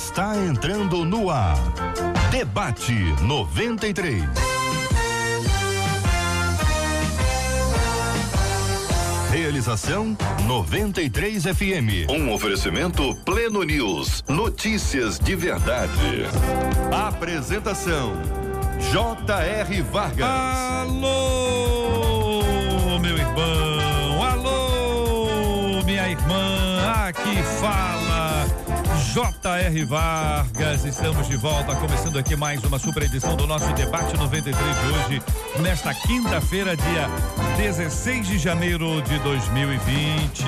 está entrando no ar. Debate 93. Realização 93 FM. Um oferecimento Pleno News. Notícias de verdade. Apresentação J.R. Vargas. Alô, meu irmão. Alô, minha irmã. Aqui fala J.R. Vargas. Estamos de volta, começando aqui mais uma super edição do nosso Debate 93 de hoje, nesta quinta-feira, dia 16 de janeiro de 2020.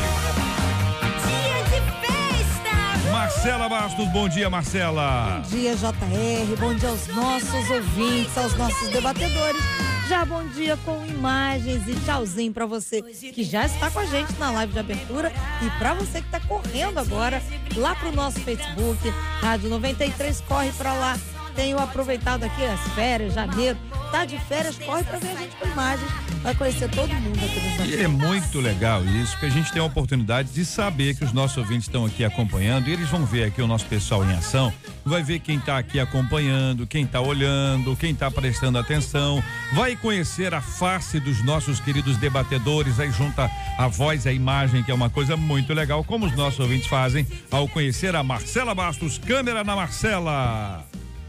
Marcela Bastos, bom dia, Marcela. Bom dia, JR, bom dia aos nossos ouvintes, aos nossos debatedores. Já bom dia com imagens e tchauzinho pra você que já está com a gente na live de abertura e pra você que tá correndo agora lá pro nosso Facebook, Rádio 93, corre pra lá. Tenho aproveitado aqui as férias, janeiro, tá de férias, corre pra ver a gente com imagens, vai conhecer todo mundo aqui nos nossos. E é muito legal isso, que a gente tem a oportunidade de saber que os nossos ouvintes estão aqui acompanhando e eles vão ver aqui o nosso pessoal em ação, vai ver quem tá aqui acompanhando, quem tá olhando, quem tá prestando atenção, vai conhecer a face dos nossos queridos debatedores, aí junta a voz e a imagem, que é uma coisa muito legal, como os nossos ouvintes fazem ao conhecer a Marcela Bastos. Câmera na Marcela.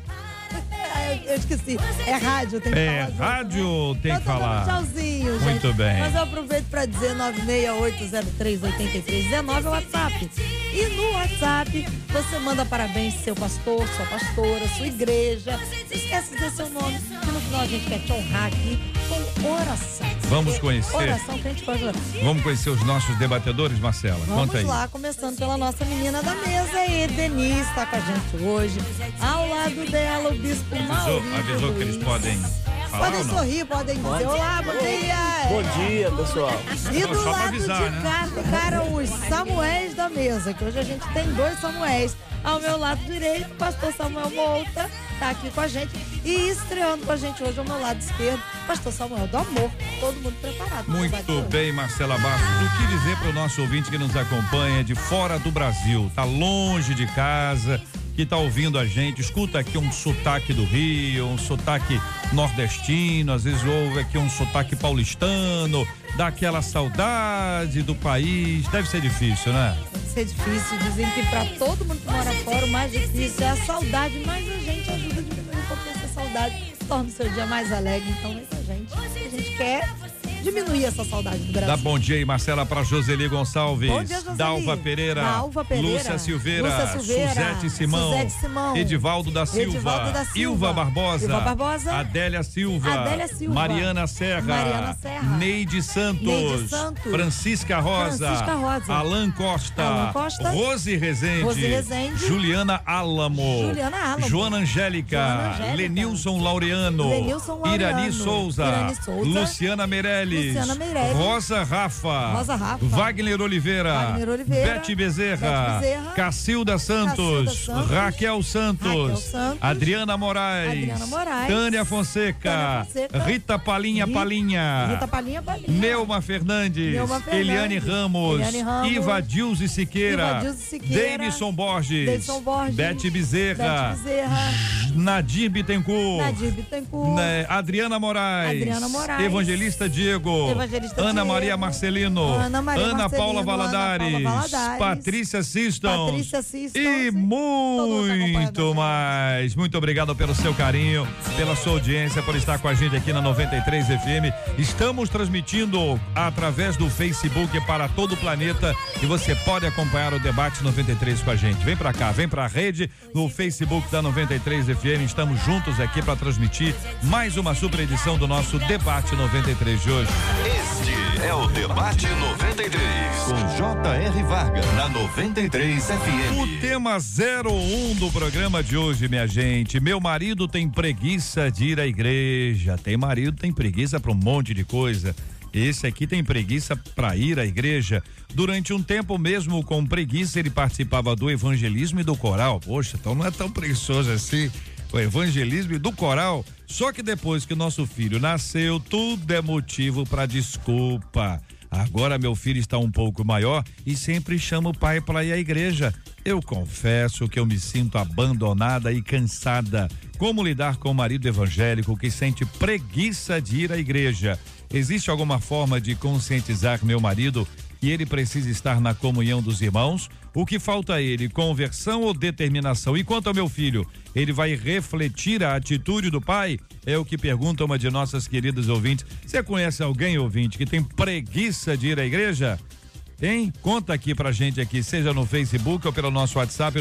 Eu esqueci, é rádio, tem que falar. É rádio, tem que falar. Tchauzinho, gente. Muito bem. Mas eu aproveito para dizer 968038319 é o WhatsApp. E no WhatsApp você manda parabéns pro seu pastor, sua pastora, sua igreja. Não esquece de dizer seu nome, que no final a gente quer te honrar aqui com oração. Vamos conhecer. Oração que a gente pode orar. Vamos conhecer os nossos debatedores, Marcela? Conta aí. Vamos lá, começando pela nossa menina da mesa, Denise está com a gente hoje. Ao lado dela, o bispo Maurício. Avisou que eles podem falar. Podem sorrir, podem dizer olá, bom dia. Bom dia, pessoal. E do Só pra lado avisar, de né? cá ficaram os Samuéis da mesa, que hoje a gente tem 2 Samuéis. Ao meu lado direito, o pastor Samuel Mouta tá aqui com a gente. E estreando com a gente hoje ao meu lado esquerdo, pastor Samuel do Amor. Todo mundo preparado. Muito bem, Marcela Bastos. O que dizer para o nosso ouvinte que nos acompanha de fora do Brasil, tá longe de casa, que tá ouvindo a gente, escuta aqui um sotaque do Rio, um sotaque nordestino, às vezes ouve aqui um sotaque paulistano, dá aquela saudade do país, deve ser difícil, né? Deve ser difícil, dizem que para todo mundo que mora fora o mais difícil é a saudade, mas a gente ajuda a diminuir um pouquinho essa saudade, torna o seu dia mais alegre, então é isso a gente quer diminuir essa saudade do Brasil. Dá bom dia aí, Marcela, para Joseli Gonçalves. Bom dia, Joseli. Dalva Pereira. Lúcia Silveira. Suzete Simão. Edivaldo da Silva. Ilva Barbosa. Adélia Silva. Mariana Serra. Neide Santos. Francisca Rosa. Alan Costa. Rose Rezende. Juliana Álamo. Joana Angélica. Lenilson Laureano. Irani Souza. Luciana Meirelles. Rosa Rafa. Wagner Oliveira. Bete Bezerra. Cacilda Santos. Raquel Santos. Adriana Moraes. Tânia Fonseca. Rita Palinha. Neuma Fernandes. Eliane Ramos. Iva Dilze Siqueira. Deivison Borges. Bete Bezerra. Nadir Bittencourt. Adriana Moraes. Evangelista Diego. Ana Maria Marcelino. Ana Paula Valadares. Patrícia Sistons. E muito mais. Muito obrigado pelo seu carinho, pela sua audiência, por estar com a gente aqui na 93 FM. Estamos transmitindo através do Facebook para todo o planeta e você pode acompanhar o Debate 93 com a gente. Vem pra cá, vem pra rede no Facebook da 93 FM. Estamos juntos aqui para transmitir mais uma super edição do nosso Debate 93 de hoje. Este é o Debate 93 com J.R. Vargas na 93 FM. O tema 01 do programa de hoje, minha gente. Meu marido tem preguiça de ir à igreja. Tem marido, tem preguiça para um monte de coisa. Esse aqui tem preguiça para ir à igreja. Durante um tempo, mesmo com preguiça, ele participava do evangelismo e do coral. Poxa, então não é tão preguiçoso assim. O evangelismo e do coral. Só que depois que nosso filho nasceu, tudo é motivo para desculpa. Agora meu filho está um pouco maior e sempre chama o pai para ir à igreja. Eu confesso que eu me sinto abandonada e cansada. Como lidar com o marido evangélico que sente preguiça de ir à igreja? Existe alguma forma de conscientizar meu marido que ele precisa estar na comunhão dos irmãos? O que falta a ele, conversão ou determinação? E quanto ao meu filho, ele vai refletir a atitude do pai? É o que pergunta uma de nossas queridas ouvintes. Você conhece alguém, ouvinte, que tem preguiça de ir à igreja? Hein? Conta aqui pra gente aqui, seja no Facebook ou pelo nosso WhatsApp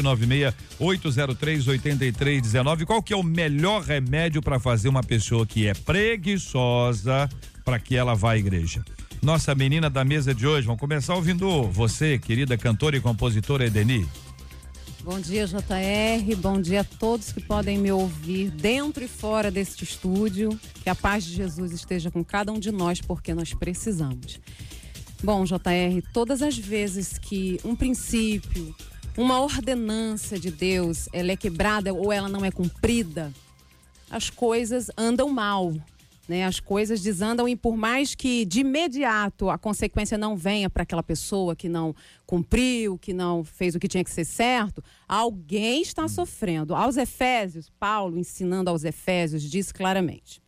968038319. Qual que é o melhor remédio para fazer uma pessoa que é preguiçosa para que ela vá à igreja? Nossa menina da mesa de hoje, vamos começar ouvindo você, querida cantora e compositora Edeni. Bom dia, JR, bom dia a todos que podem me ouvir dentro e fora deste estúdio. Que a paz de Jesus esteja com cada um de nós, porque nós precisamos. Bom, JR, todas as vezes que um princípio, uma ordenança de Deus, ela é quebrada ou ela não é cumprida, as coisas andam mal, né? As coisas desandam e por mais que de imediato a consequência não venha para aquela pessoa que não cumpriu, que não fez o que tinha que ser certo, alguém está sofrendo. Aos Efésios, Paulo, ensinando aos Efésios, diz claramente: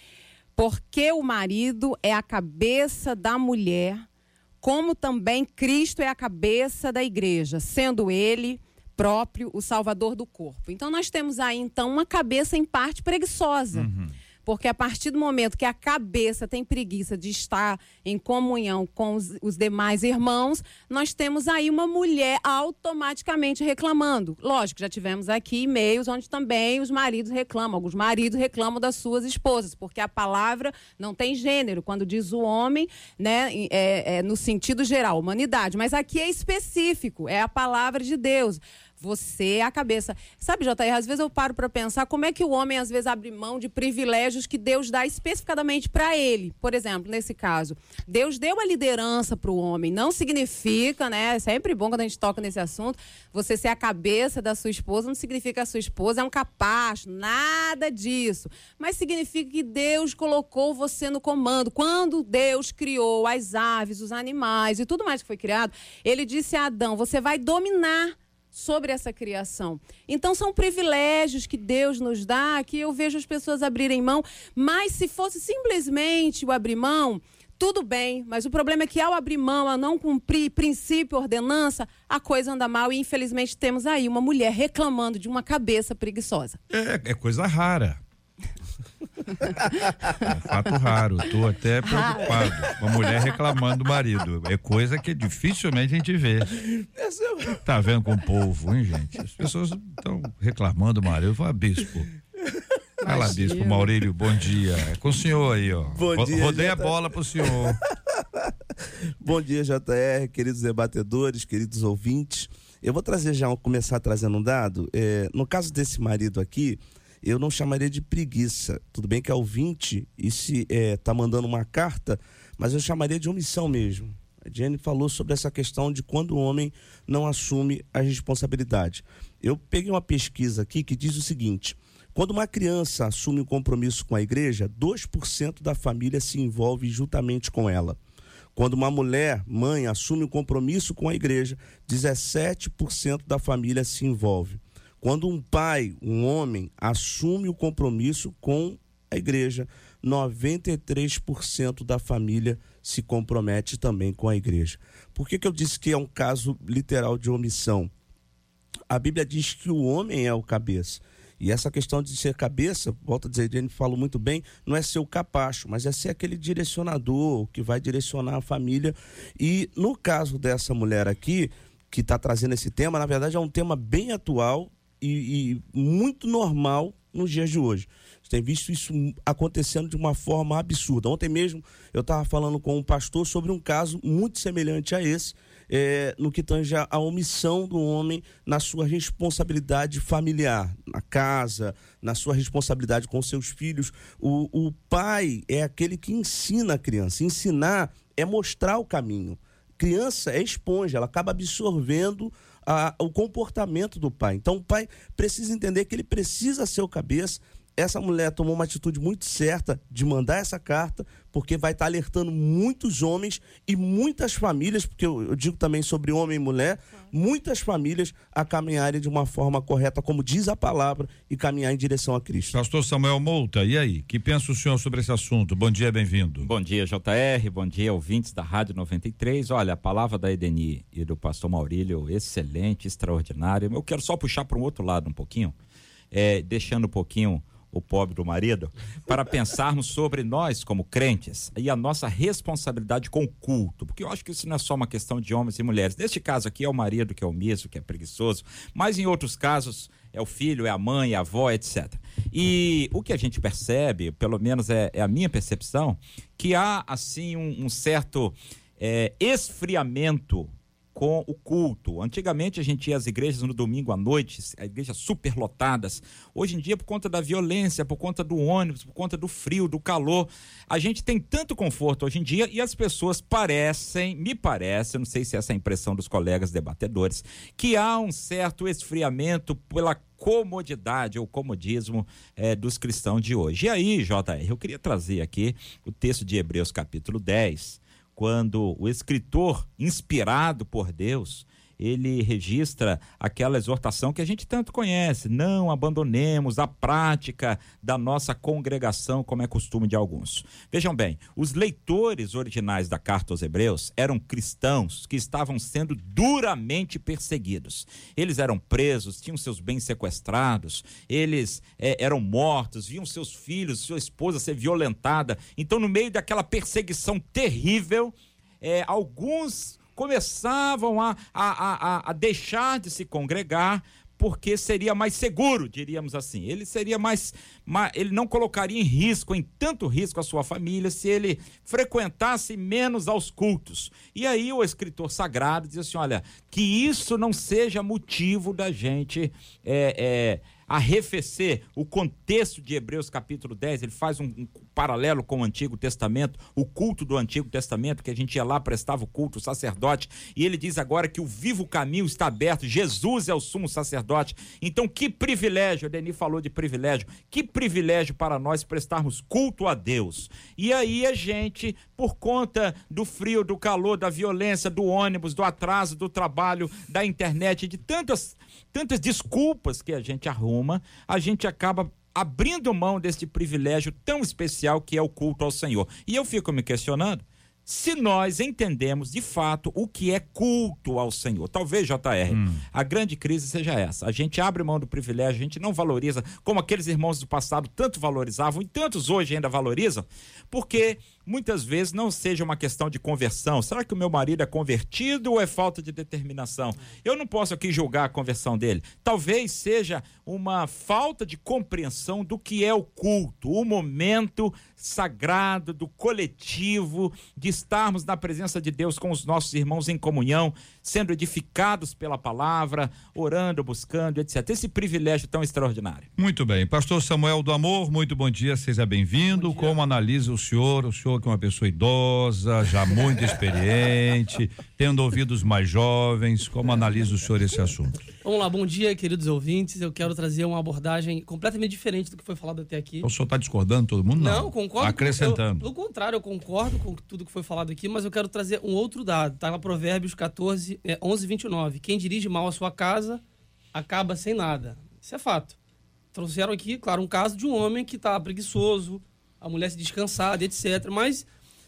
porque o marido é a cabeça da mulher, como também Cristo é a cabeça da igreja, sendo ele próprio o salvador do corpo. Então nós temos aí então uma cabeça em parte preguiçosa. Porque a partir do momento que a cabeça tem preguiça de estar em comunhão com os demais irmãos, nós temos aí uma mulher automaticamente reclamando. Lógico, já tivemos aqui e-mails onde também os maridos reclamam. Alguns maridos reclamam das suas esposas, porque a palavra não tem gênero. Quando diz o homem, né, é no sentido geral, humanidade. Mas aqui é específico, é a palavra de Deus. Você é a cabeça. Sabe, JR, às vezes eu paro para pensar como é que o homem às vezes abre mão de privilégios que Deus dá especificadamente para ele. Por exemplo, nesse caso, Deus deu a liderança para o homem. Não significa, né? É sempre bom quando a gente toca nesse assunto, você ser a cabeça da sua esposa, não significa que a sua esposa é um capacho, nada disso. Mas significa que Deus colocou você no comando. Quando Deus criou as aves, os animais e tudo mais que foi criado, ele disse a Adão: você vai dominar sobre essa criação. Então são privilégios que Deus nos dá, que eu vejo as pessoas abrirem mão, mas se fosse simplesmente o abrir mão, tudo bem, mas o problema é que ao abrir mão, a não cumprir princípio, ordenança, a coisa anda mal e infelizmente temos aí uma mulher reclamando de uma cabeça preguiçosa. É coisa rara. É fato raro, tô até preocupado. Uma mulher reclamando do marido. É coisa que dificilmente a gente vê. Tá vendo com o povo, hein, gente? As pessoas estão reclamando do marido. Fala, bispo. Vai lá, bispo Maurílio, bom dia. É com o senhor aí, ó. Bom dia, rodei a bola pro senhor. Bom dia, JR, queridos debatedores, queridos ouvintes. Eu vou começar trazendo um dado. No caso desse marido aqui, eu não chamaria de preguiça. Tudo bem que é ouvinte e se tá mandando uma carta, mas eu chamaria de omissão mesmo. A Jenny falou sobre essa questão de quando o homem não assume a responsabilidade. Eu peguei uma pesquisa aqui que diz o seguinte: quando uma criança assume um compromisso com a igreja, 2% da família se envolve juntamente com ela. Quando uma mulher, mãe, assume um compromisso com a igreja, 17% da família se envolve. Quando um pai, um homem, assume o compromisso com a igreja, 93% da família se compromete também com a igreja. Por que eu disse que é um caso literal de omissão? A Bíblia diz que o homem é o cabeça. E essa questão de ser cabeça, volto a dizer, a Jenny falou muito bem, não é ser o capacho, mas é ser aquele direcionador que vai direcionar a família. E no caso dessa mulher aqui, que está trazendo esse tema, na verdade é um tema bem atual e muito normal nos dias de hoje. Você tem visto isso acontecendo de uma forma absurda. Ontem mesmo eu estava falando com um pastor sobre um caso muito semelhante a esse, no que tange a omissão do homem na sua responsabilidade familiar, na casa, na sua responsabilidade com seus filhos. O pai é aquele que ensina a criança. Ensinar é mostrar o caminho. Criança é esponja, ela acaba absorvendo o comportamento do pai. Então o pai precisa entender que ele precisa ser o cabeça essa mulher tomou uma atitude muito certa de mandar essa carta, porque vai estar alertando muitos homens e muitas famílias, porque eu digo também sobre homem e mulher, muitas famílias a caminharem de uma forma correta, como diz a palavra, e caminhar em direção a Cristo. Pastor Samuel Mouta, e aí? Que pensa o senhor sobre esse assunto? Bom dia, bem-vindo. Bom dia, JR, bom dia, ouvintes da Rádio 93. Olha, a palavra da Edeni e do pastor Maurílio, excelente, extraordinária. Eu quero só puxar para um outro lado um pouquinho, deixando um pouquinho o pobre do marido, para pensarmos sobre nós como crentes e a nossa responsabilidade com o culto, porque eu acho que isso não é só uma questão de homens e mulheres. Neste caso aqui é o marido que é omisso, que é preguiçoso, mas em outros casos é o filho, é a mãe, é a avó, etc. E o que a gente percebe, pelo menos é a minha percepção, que há assim um certo esfriamento com o culto. Antigamente a gente ia às igrejas no domingo à noite, igrejas superlotadas. Hoje em dia, por conta da violência, por conta do ônibus, por conta do frio, do calor, a gente tem tanto conforto hoje em dia e as pessoas me parece, não sei se essa é a impressão dos colegas debatedores, que há um certo esfriamento pela comodidade ou comodismo dos cristãos de hoje. E aí, JR, eu queria trazer aqui o texto de Hebreus capítulo 10, quando o escritor, inspirado por Deus, ele registra aquela exortação que a gente tanto conhece: não abandonemos a prática da nossa congregação, como é costume de alguns. Vejam bem, os leitores originais da carta aos Hebreus eram cristãos que estavam sendo duramente perseguidos. Eles eram presos, tinham seus bens sequestrados, eles eram mortos, viam seus filhos, sua esposa ser violentada. Então, no meio daquela perseguição terrível, alguns começavam a deixar de se congregar, porque seria mais seguro, diríamos assim. Ele seria ele não colocaria em tanto risco a sua família, se ele frequentasse menos aos cultos. E aí o escritor sagrado diz assim: olha, que isso não seja motivo da gente arrefecer. O contexto de Hebreus capítulo 10, ele faz um paralelo com o Antigo Testamento, o culto do Antigo Testamento, que a gente ia lá, prestava o culto, o sacerdote, e ele diz agora que o vivo caminho está aberto, Jesus é o sumo sacerdote. Então, que privilégio, a Deni falou de privilégio, que privilégio para nós prestarmos culto a Deus. E aí a gente, por conta do frio, do calor, da violência, do ônibus, do atraso, do trabalho, da internet, de tantas desculpas que a gente arruma, a gente acaba abrindo mão desse privilégio tão especial que é o culto ao Senhor. E eu fico me questionando se nós entendemos de fato o que é culto ao Senhor. Talvez, JR, a grande crise seja essa: a gente abre mão do privilégio, a gente não valoriza como aqueles irmãos do passado tanto valorizavam e tantos hoje ainda valorizam, porque muitas vezes não seja uma questão de conversão. Será que o meu marido é convertido ou é falta de determinação? Eu não posso aqui julgar a conversão dele. Talvez seja uma falta de compreensão do que é o culto, o momento sagrado, do coletivo, de estarmos na presença de Deus com os nossos irmãos em comunhão, sendo edificados pela palavra, orando, buscando, etc. Esse privilégio tão extraordinário. Muito bem. Pastor Samuel do Amor, muito bom dia, seja bem-vindo. Como analisa o senhor que é uma pessoa idosa, já muito experiente, tendo ouvidos mais jovens, como analisa o senhor esse assunto? Vamos lá, bom dia, queridos ouvintes. Eu quero trazer uma abordagem completamente diferente do que foi falado até aqui. O senhor está discordando todo mundo? Não, concordo. Acrescentando. Pelo contrário, eu concordo com tudo que foi falado aqui, mas eu quero trazer um outro dado. Está lá Provérbios 11, 29. Quem dirige mal a sua casa acaba sem nada. Isso é fato. Trouxeram aqui, claro, um caso de um homem que está preguiçoso, a mulher se descansada, etc. Mas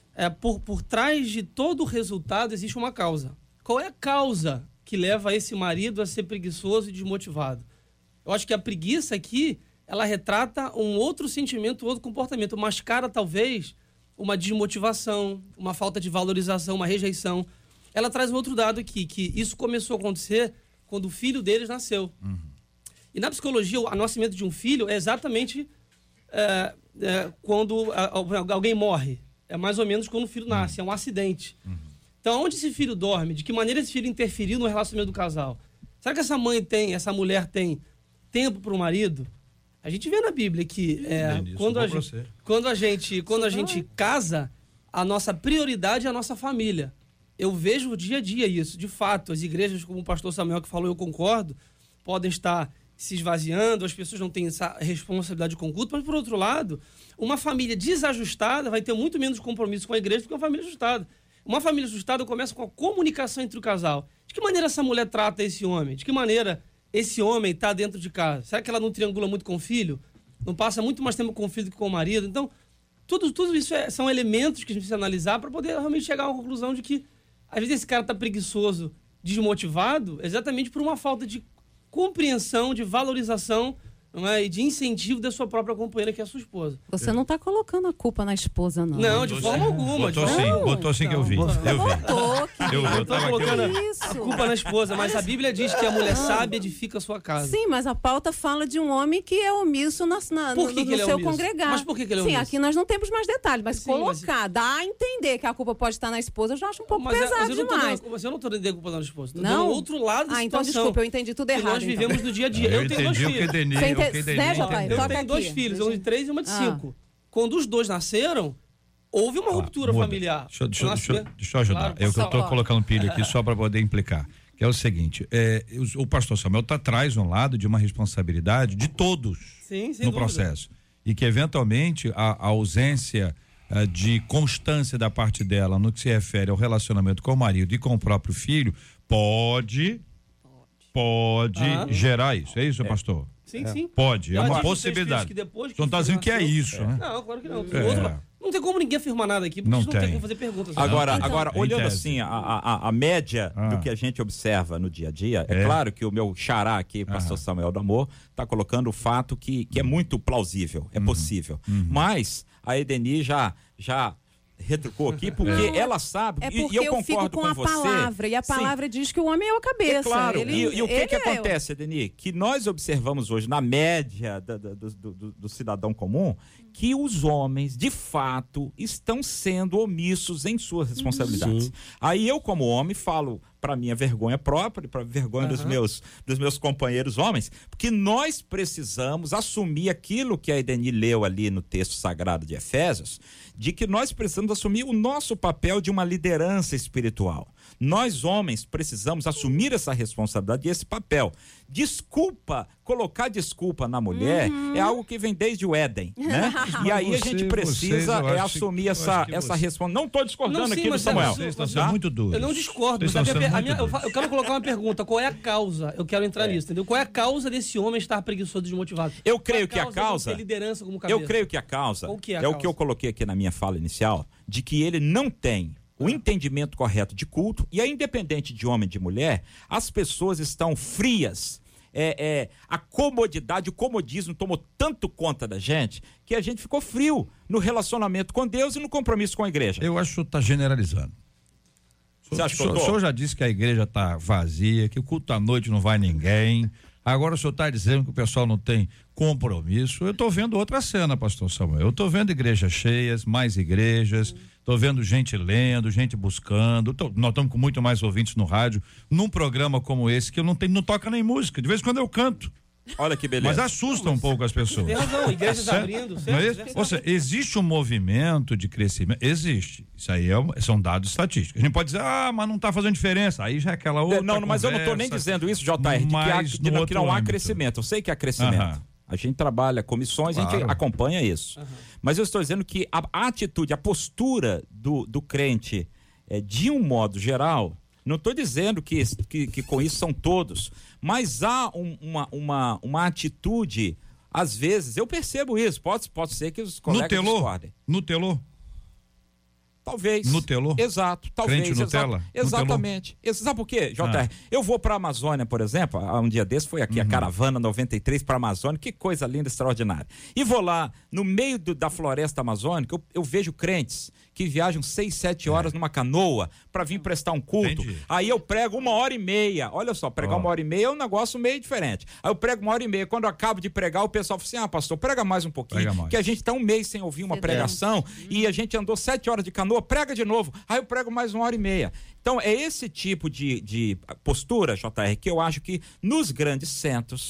por trás de todo o resultado existe uma causa. Qual é a causa que leva esse marido a ser preguiçoso e desmotivado? Eu acho que a preguiça aqui, ela retrata um outro sentimento, outro comportamento. Mascara, talvez, uma desmotivação, uma falta de valorização, uma rejeição. Ela traz um outro dado aqui, que isso começou a acontecer quando o filho deles nasceu. E na psicologia, o nascimento de um filho é exatamente quando alguém morre. É mais ou menos quando o filho nasce, é um acidente. Então, onde esse filho dorme? De que maneira esse filho interferiu no relacionamento do casal? Será que essa mulher tem tempo para o marido? A gente vê na Bíblia que quando a gente casa, a nossa prioridade é a nossa família. Eu vejo dia a dia isso. De fato, as igrejas, como o pastor Samuel que falou, eu concordo, podem estar se esvaziando, as pessoas não têm essa responsabilidade com o culto, mas, por outro lado, uma família desajustada vai ter muito menos compromisso com a igreja do que uma família ajustada. Uma família ajustada começa com a comunicação entre o casal. De que maneira essa mulher trata esse homem? De que maneira esse homem está dentro de casa? Será que ela não triangula muito com o filho? Não passa muito mais tempo com o filho do que com o marido? Então, tudo isso são elementos que a gente precisa analisar para poder realmente chegar a uma conclusão de que, às vezes, esse cara está preguiçoso, desmotivado, exatamente por uma falta de compreensão, de valorização, não é? E de incentivo da sua própria companheira, que é a sua esposa. Você não está colocando a culpa na esposa, não. Não, de forma alguma. Botou sim que eu vi. Eu tô colocando a culpa na esposa, mas a Bíblia diz que a mulher sábia edifica a sua casa. Sim, mas a pauta fala de um homem que é omisso no seu congregado. Mas por que ele é omisso? Sim, aqui nós não temos mais detalhes, mas dá a entender que a culpa pode estar na esposa, eu já acho um pouco pesado demais. Mas eu não estou dando a culpa na esposa. Estou dando outro lado da situação. Então desculpa, eu entendi tudo errado. Nós vivemos no dia a dia. Eu tenho 2 filhos. Eu tenho 2 filhos, um de 3 e uma de 5. Quando os 2 nasceram, houve uma ruptura familiar. Deixa eu ajudar. Eu estou colocando pilha aqui só para poder implicar. Que é o seguinte, o pastor Samuel traz um lado de uma responsabilidade de todos no processo. E que, eventualmente, a ausência de constância da parte dela no que se refere ao relacionamento com o marido e com o próprio filho pode gerar isso. É isso, pastor? Sim. Pode, é uma possibilidade. Você não está dizendo que é isso, né? Não, claro que não. Não tem como ninguém afirmar nada aqui, porque não tem como fazer perguntas. Agora olhando assim, a média do que a gente observa no dia a dia, é claro que o meu xará aqui, pastor Samuel do Amor, está colocando o fato que é muito plausível, é possível. Mas a Edeni já retrucou aqui, porque ela sabe, porque e eu concordo com você. Palavra, e a palavra diz que o homem é o cabeça. É claro, e o que acontece, Edeni? Que nós observamos hoje, na média do cidadão comum, que os homens, de fato, estão sendo omissos em suas responsabilidades. Aí eu, como homem, falo para minha vergonha própria e para vergonha dos meus companheiros homens, porque nós precisamos assumir aquilo que a Edeni leu ali no texto sagrado de Efésios, de que nós precisamos assumir o nosso papel de uma liderança espiritual. Nós, homens, precisamos assumir essa responsabilidade e esse papel. Colocar desculpa na mulher é algo que vem desde o Éden, né? E aí a gente precisa assumir essa responsabilidade. Não estou discordando aqui do Samuel. Vocês estão sendo muito duros. Eu não discordo. Eu quero colocar uma pergunta. Qual é a causa? Eu quero entrar nisso, entendeu? Qual é a causa desse homem estar preguiçoso e desmotivado? Eu creio que a causa... liderança como cabeça? Eu creio que a causa o que eu coloquei aqui na minha fala inicial, de que ele não tem o entendimento correto de culto, e aí, independente de homem e de mulher, as pessoas estão frias. A comodidade, o comodismo tomou tanto conta da gente que a gente ficou frio no relacionamento com Deus e no compromisso com a igreja. Eu acho que está generalizando. Você acha que o senhor já disse que a igreja está vazia, que o culto à noite não vai ninguém. Agora o senhor está dizendo que o pessoal não tem compromisso. Eu estou vendo outra cena, pastor Samuel. Eu estou vendo igrejas cheias, mais igrejas, estou vendo gente lendo, gente buscando. Nós estamos com muito mais ouvintes no rádio, num programa como esse, que não toca nem música. De vez em quando eu canto. Olha que beleza. Mas assusta um pouco as pessoas. Tem razão, igrejas abrindo. Ou seja, existe um movimento de crescimento. Existe. Isso aí são dados estatísticos. A gente pode dizer, mas não está fazendo diferença. Aí já é aquela outra conversa. Mas eu não estou nem dizendo isso, JR, que não há crescimento. Eu sei que há crescimento. A gente trabalha comissões, claro. A gente acompanha isso. Mas eu estou dizendo que a atitude, a postura do crente, de um modo geral, não estou dizendo que com isso são todos, mas há uma atitude, às vezes, eu percebo isso, pode ser que os colegas discordem. Nutelou? Talvez. Nutelou? Exato, talvez. Crente Nutella? Exatamente. Sabe por quê, JR? Eu vou para a Amazônia, por exemplo, um dia desse foi aqui a Caravana 93 para a Amazônia, que coisa linda, extraordinária. E vou lá, no meio da floresta amazônica, eu vejo crentes que viajam 6, 7 horas numa canoa para vir prestar um culto. Entendi. Aí eu prego 1h30. Olha só, pregar 1h30 é um negócio meio diferente. Aí eu prego 1h30. Quando eu acabo de pregar, o pessoal fala assim, pastor, prega mais um pouquinho, que a gente tá um mês sem ouvir uma pregação e a gente andou 7 horas de canoa, prega de novo. Aí eu prego mais 1h30. Então é esse tipo de postura, JR, que eu acho que nos grandes centros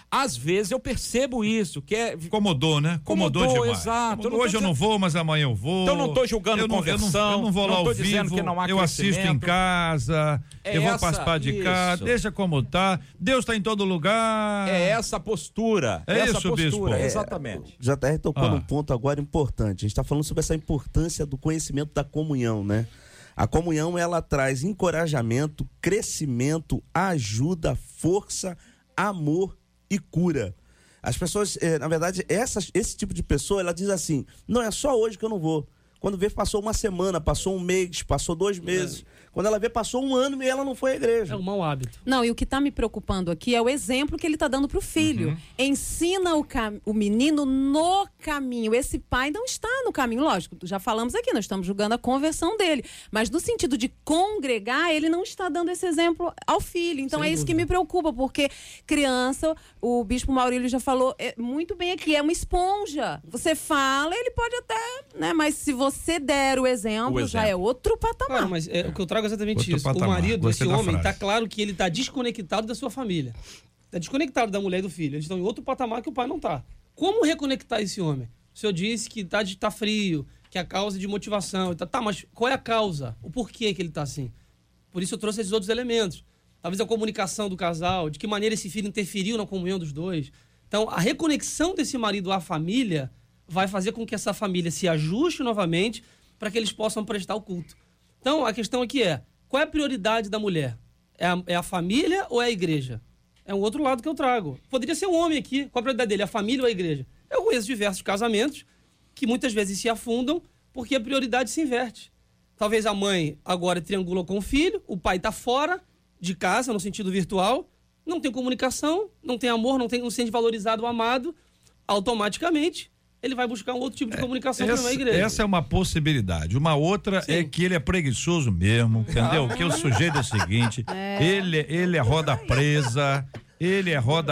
Às vezes eu percebo isso, que é... Incomodou, né? Incomodou demais. Exato. Hoje eu não vou, mas amanhã eu vou. Então eu não estou julgando conversão. Eu não vou lá ao vivo, que não há eu assisto em casa, eu vou participar de casa, deixa como tá. Deus está em todo lugar. É essa postura. Bispo. Exatamente. JR tocou num ponto agora importante. A gente está falando sobre essa importância do conhecimento da comunhão, né? A comunhão, ela traz encorajamento, crescimento, ajuda, força, amor e cura. As pessoas, na verdade, esse tipo de pessoa, ela diz assim, não é só hoje que eu não vou. Quando vê, passou uma semana, passou um mês, passou 2 meses. Quando ela vê, passou 1 ano e ela não foi à igreja. É um mau hábito. Não, e o que está me preocupando aqui é o exemplo que ele está dando para o filho. Ensina o menino no caminho. Esse pai não está no caminho. Lógico, já falamos aqui, nós estamos julgando a conversão dele. Mas no sentido de congregar, ele não está dando esse exemplo ao filho. Então é isso que me preocupa, porque criança, o bispo Maurílio já falou muito bem aqui, é uma esponja. Você fala, ele pode até, né? Mas se você der o exemplo, já é outro patamar. Claro, mas o que eu trago é exatamente isso. O marido, esse homem, tá claro que ele tá desconectado da sua família. Tá desconectado da mulher e do filho. Eles estão em outro patamar que o pai não tá. Como reconectar esse homem? O senhor disse que tá frio, que é a causa de motivação. Tá, mas qual é a causa? O porquê que ele tá assim? Por isso eu trouxe esses outros elementos. Talvez a comunicação do casal, de que maneira esse filho interferiu na comunhão dos dois. Então, a reconexão desse marido à família vai fazer com que essa família se ajuste novamente para que eles possam prestar o culto. Então, a questão aqui qual é a prioridade da mulher? É a família ou é a igreja? É um outro lado que eu trago. Poderia ser um homem aqui. Qual a prioridade dele? A família ou a igreja? Eu conheço diversos casamentos que muitas vezes se afundam porque a prioridade se inverte. Talvez a mãe agora triangula com o filho, o pai está fora de casa, no sentido virtual, não tem comunicação, não tem amor, não sente valorizado o amado, automaticamente ele vai buscar um outro tipo de comunicação para uma igreja. Essa é uma possibilidade. Uma outra é que ele é preguiçoso mesmo, entendeu? Que o sujeito é o seguinte, ele é roda presa, ele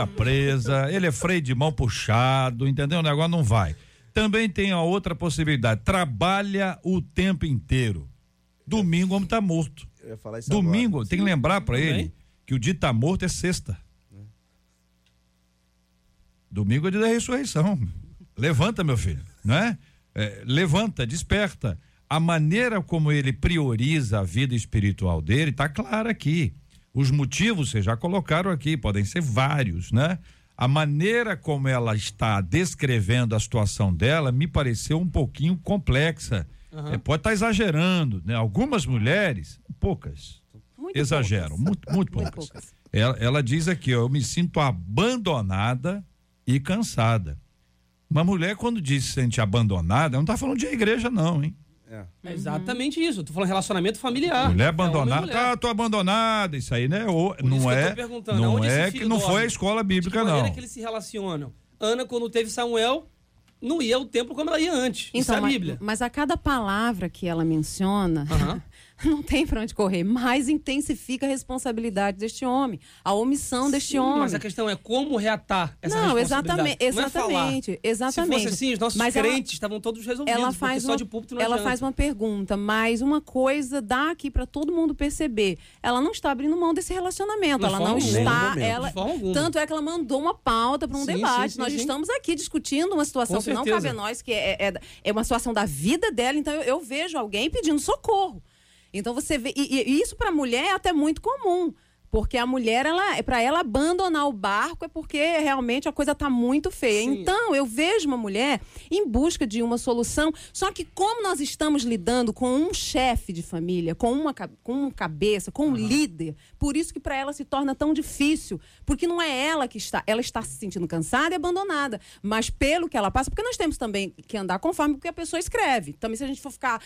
é freio de mão puxado, entendeu? O negócio não vai. Também tem a outra possibilidade, trabalha o tempo inteiro. Domingo o homem tá morto. Eu ia falar isso Domingo, agora. tem que lembrar para ele que o dia tá morto é sexta. Domingo é dia da ressurreição. Levanta, meu filho, não é? Levanta, desperta. A maneira como ele prioriza a vida espiritual dele tá clara aqui. Os motivos vocês já colocaram aqui, podem ser vários, né? A maneira como ela está descrevendo a situação dela me pareceu um pouquinho complexa. Pode estar exagerando, né? Algumas mulheres, poucas, muito exageram, poucas. Muito poucas. Ela diz aqui, eu me sinto abandonada e cansada. Uma mulher, quando diz se sente abandonada, não tá falando de igreja, não, hein? É exatamente isso. Eu tô falando relacionamento familiar. Mulher abandonada, tô abandonada, isso aí, né? Não é que não foi a escola bíblica, não. De que maneira que eles se relacionam? Ana, quando teve Samuel, não ia ao templo como ela ia antes. Então, isso é a Bíblia. Mas a cada palavra que ela menciona, não tem pra onde correr. Mais intensifica a responsabilidade deste homem, a omissão deste homem. Mas a questão é como reatar essa responsabilidade. Exatamente. Se fosse assim, os nossos crentes estavam todos resolvidos. Ela faz uma pergunta, mas uma coisa dá aqui pra todo mundo perceber. Ela não está abrindo mão desse relacionamento. Ela não está. Tanto é que ela mandou uma pauta para um debate. Nós estamos aqui discutindo uma situação que não cabe a nós, que é uma situação da vida dela. Então eu vejo alguém pedindo socorro. Então você vê, e isso para a mulher é até muito comum, porque a mulher, para ela abandonar o barco é porque realmente a coisa está muito feia. Sim. Então eu vejo uma mulher em busca de uma solução, só que como nós estamos lidando com um chefe de família, com uma cabeça, com um líder, por isso que para ela se torna tão difícil, porque não é ela que ela está se sentindo cansada e abandonada, mas pelo que ela passa, porque nós temos também que andar conforme o que a pessoa escreve. Também se a gente for ficar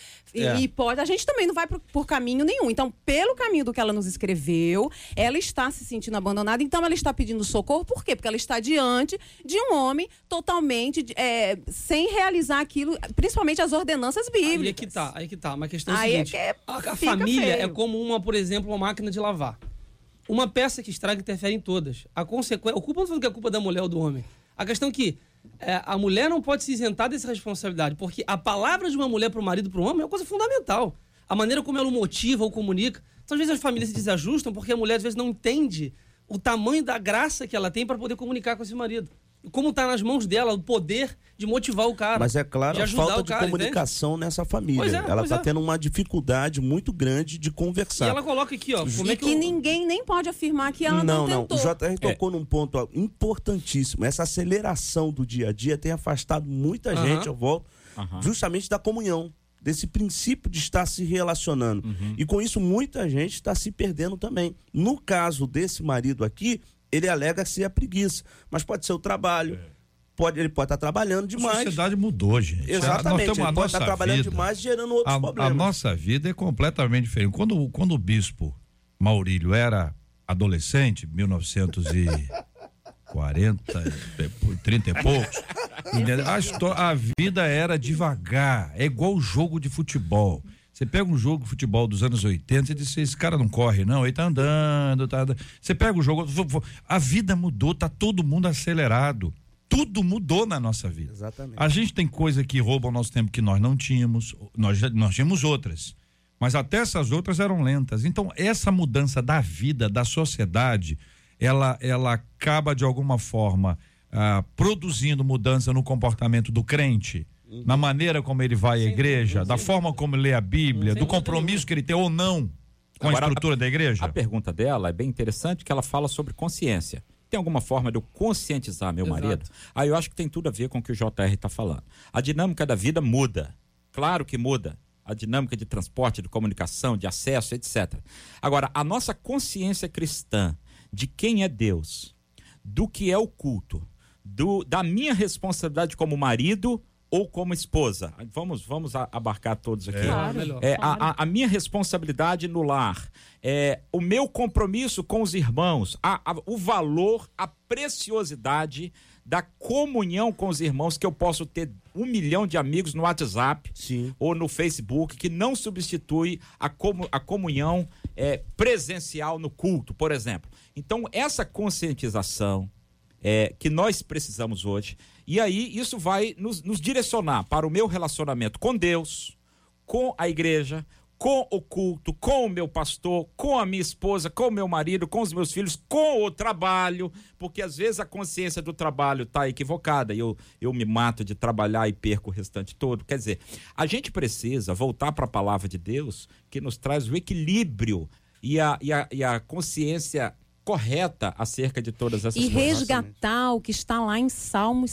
a gente também não vai por caminho nenhum. Então, pelo caminho do que ela nos escreveu, ela está se sentindo abandonada, então ela está pedindo socorro. Por quê? Porque ela está diante de um homem totalmente sem realizar aquilo, principalmente as ordenanças bíblicas. Aí que tá. Mas a questão é a seguinte, a família feio. É como por exemplo, uma máquina de lavar. Uma peça que estraga interfere em todas. A consequência, não falando que é culpa da mulher ou do homem. A questão é que a mulher não pode se isentar dessa responsabilidade, porque a palavra de uma mulher para o marido e para o homem é uma coisa fundamental. A maneira como ela o motiva ou comunica. Então, às vezes as famílias se desajustam porque a mulher às vezes não entende o tamanho da graça que ela tem para poder comunicar com esse marido. Como está nas mãos dela o poder de motivar o cara. Mas é claro, a falta de comunicação nessa família. Ela está tendo uma dificuldade muito grande de conversar. E ela coloca aqui, ó. Como é que ninguém nem pode afirmar que ela não tentou. Não, o JR tocou num ponto importantíssimo. Essa aceleração do dia a dia tem afastado muita gente, eu volto, justamente da comunhão, desse princípio de estar se relacionando. E com isso muita gente está se perdendo também. No caso desse marido aqui, ele alega ser a preguiça, mas pode ser o trabalho. Ele pode estar trabalhando demais. A sociedade mudou, gente. Exatamente, ele pode estar trabalhando demais, gerando outros problemas. A nossa vida é completamente diferente. Quando o bispo Maurílio era adolescente, 1940, 30 e poucos, a vida era devagar, é igual o jogo de futebol. Você pega um jogo de futebol dos anos 80 e diz, esse cara não corre não, ele tá andando, Você pega o jogo, a vida mudou, tá todo mundo acelerado. Tudo mudou na nossa vida. Exatamente. A gente tem coisa que rouba o nosso tempo que nós não tínhamos, nós tínhamos outras. Mas até essas outras eram lentas. Então, essa mudança da vida, da sociedade, ela acaba de alguma forma produzindo mudança no comportamento do crente. Na maneira como ele vai à igreja, da forma como ele lê a Bíblia, do compromisso que ele tem ou não com a estrutura da igreja. A pergunta dela é bem interessante, que ela fala sobre consciência. Tem alguma forma de eu conscientizar meu marido? Aí eu acho que tem tudo a ver com o que o JR está falando. A dinâmica da vida muda. Claro que muda. A dinâmica de transporte, de comunicação, de acesso, etc. Agora, a nossa consciência cristã de quem é Deus, do que é o culto, da minha responsabilidade como marido ou como esposa, vamos abarcar todos aqui. A minha responsabilidade no lar, o meu compromisso com os irmãos, o valor, a preciosidade da comunhão com os irmãos, que eu posso ter 1 milhão de amigos no WhatsApp ou no Facebook, que não substitui a comunhão presencial no culto, por exemplo. Então, essa conscientização que nós precisamos hoje, e aí isso vai nos direcionar para o meu relacionamento com Deus, com a igreja, com o culto, com o meu pastor, com a minha esposa, com o meu marido, com os meus filhos, com o trabalho, porque às vezes a consciência do trabalho está equivocada e eu me mato de trabalhar e perco o restante todo. Quer dizer, a gente precisa voltar para a palavra de Deus, que nos traz o equilíbrio e a consciência correta acerca de todas essas coisas. E resgatar o que está lá em Salmos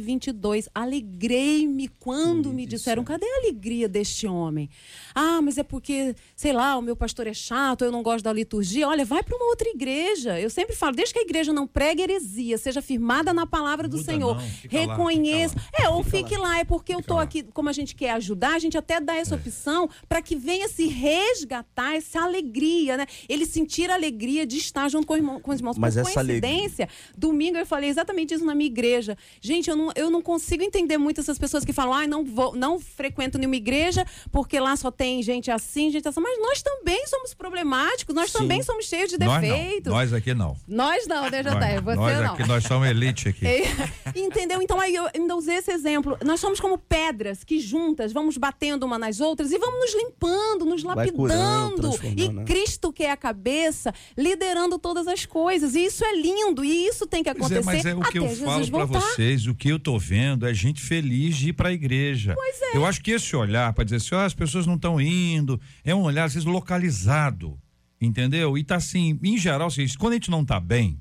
122. Alegrei-me quando me disseram, cadê a alegria deste homem? Mas é porque, sei lá, o meu pastor é chato, eu não gosto da liturgia. Olha, vai para uma outra igreja. Eu sempre falo, desde que a igreja não pregue heresia, seja firmada na palavra do Senhor. Reconheça. Fique lá. É porque eu estou aqui, como a gente quer ajudar, a gente até dá essa opção para que venha se resgatar essa alegria, né? Ele sentir a alegria de estar junto com os irmãos. Mas por coincidência, domingo eu falei exatamente isso na minha igreja. Gente, eu não consigo entender muito essas pessoas que falam, não frequento nenhuma igreja porque lá só tem gente assim, mas nós também somos problemáticos, nós também somos cheios de defeitos. Nós aqui não. Nós não, né, JR? Você nós não. Aqui, nós somos elite aqui. Entendeu? Então aí eu ainda usei esse exemplo. Nós somos como pedras que juntas vamos batendo uma nas outras e vamos nos limpando, nos lapidando. E Cristo, que é a cabeça, liderando todas as coisas. E isso é lindo. E isso tem que acontecer. Mas é o que eu falo para vocês, o que eu tô vendo é gente feliz de ir para a igreja. Pois é. Eu acho que esse olhar para dizer assim, as pessoas não estão indo, é um olhar às vezes localizado, entendeu? E tá assim, em geral, assim, quando a gente não tá bem,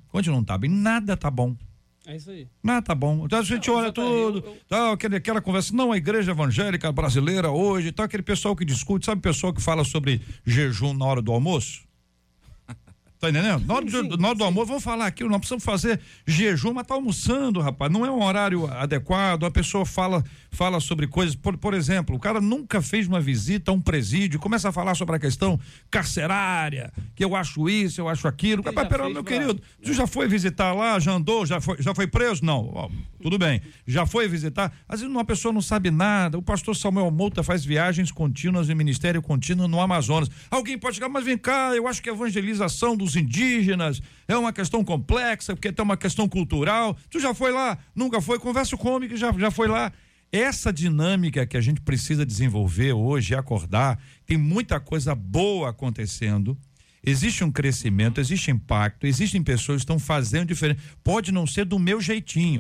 nada tá bom. É isso aí. Nada tá bom. Então a gente olha tudo, aquela conversa, não, a igreja evangélica brasileira hoje, aquele pessoal que discute, sabe o pessoal que fala sobre jejum na hora do almoço? Tá entendendo? Na hora do almoço, vamos falar aqui, nós precisamos fazer jejum, mas tá almoçando, rapaz, não é um horário adequado, a pessoa fala sobre coisas, por exemplo, o cara nunca fez uma visita a um presídio, começa a falar sobre a questão carcerária, que eu acho isso, eu acho aquilo, pera, meu querido, tu já foi visitar lá, já andou, já foi preso? Não, tudo bem, já foi visitar, às vezes uma pessoa não sabe nada, o pastor Samuel Mouta faz viagens contínuas e ministério contínuo no Amazonas, alguém pode chegar, mas vem cá, eu acho que a evangelização dos indígenas é uma questão complexa, porque tem uma questão cultural, tu já foi lá? Nunca foi? Conversa com o homem que já foi lá. Essa dinâmica que a gente precisa desenvolver hoje, acordar, tem muita coisa boa acontecendo existe um crescimento, existe impacto, existem pessoas que estão fazendo diferente. Pode não ser do meu jeitinho.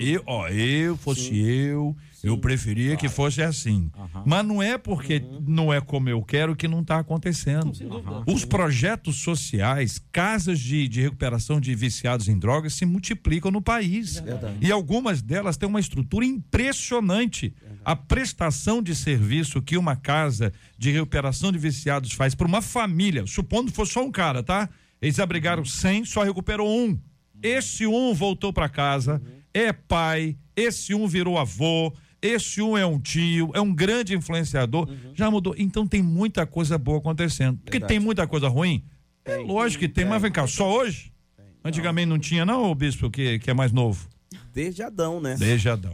Eu preferia que fosse assim. Mas não é porque não é como eu quero que não está acontecendo. Os projetos sociais, casas de recuperação de viciados em drogas se multiplicam no país. E algumas delas têm uma estrutura impressionante. A prestação de serviço que uma casa de recuperação de viciados faz para uma família, supondo que fosse só um cara, tá? Eles abrigaram 100, só recuperou um. Esse um voltou para casa, é pai, esse um virou avô, esse um é um tio, é um grande influenciador, já mudou. Então tem muita coisa boa acontecendo. Porque tem muita coisa ruim? É lógico que tem, mas vem cá, só hoje? Antigamente não tinha não, bispo, que é mais novo? Desde Adão, né? Desde Adão.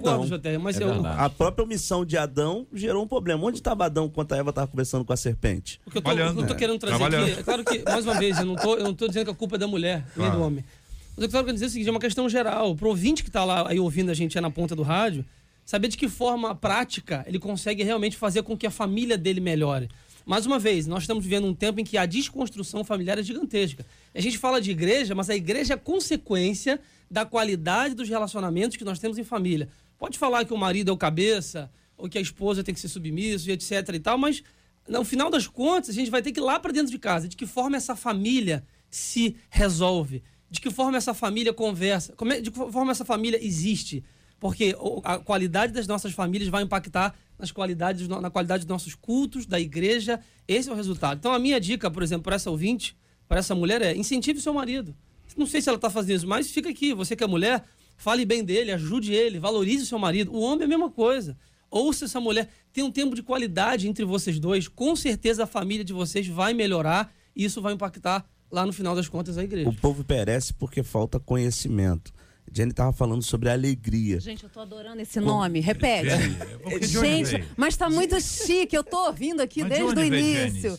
Mas a própria omissão de Adão gerou um problema. Onde estava Adão quando a Eva estava conversando com a serpente? O que eu tô querendo trazer aqui, é claro que, mais uma vez, eu não tô dizendo que a culpa é da mulher, nem do homem. Mas eu quero dizer o seguinte, é uma questão geral. Pro ouvinte que tá lá aí ouvindo a gente na ponta do rádio, saber de que forma prática ele consegue realmente fazer com que a família dele melhore. Mais uma vez, nós estamos vivendo um tempo em que a desconstrução familiar é gigantesca. A gente fala de igreja, mas a igreja é consequência da qualidade dos relacionamentos que nós temos em família. Pode falar que o marido é o cabeça, ou que a esposa tem que ser submisso, e etc e tal, mas no final das contas a gente vai ter que ir lá para dentro de casa. De que forma essa família se resolve? De que forma essa família conversa? De que forma essa família existe? Porque a qualidade das nossas famílias vai impactar na qualidade dos nossos cultos, da igreja. Esse é o resultado. Então a minha dica, por exemplo, para essa ouvinte, para essa mulher é: incentive o seu marido. Não sei se ela está fazendo isso, mas fica aqui. Você que é mulher, fale bem dele, ajude ele, valorize o seu marido. O homem é a mesma coisa. Ouça essa mulher. Tem um tempo de qualidade entre vocês dois. Com certeza a família de vocês vai melhorar e isso vai impactar lá no final das contas a igreja. O povo perece porque falta conhecimento. Jenny estava falando sobre alegria. Gente, eu tô adorando esse nome. Repete. Gente, mas tá muito chique. Eu tô ouvindo aqui desde o início.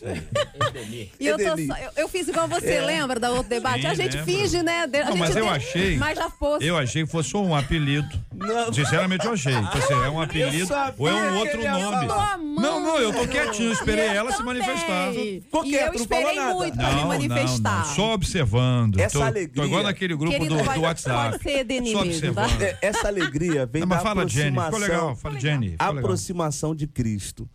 E eu fiz igual você, lembra da outro debate? Sim, a gente finge, né? Mas eu achei. Mas já fosse. Eu achei que fosse um apelido. Não. Sinceramente, eu achei. É um apelido ou é um outro nome? Não, eu tô quietinho. Esperei ela se manifestar. E eu esperei muito pra me manifestar. Só observando. Essa alegria. Tô igual naquele grupo do WhatsApp. Essa alegria vem da aproximação. Legal. Fala, Jenny. Aproximação de Cristo.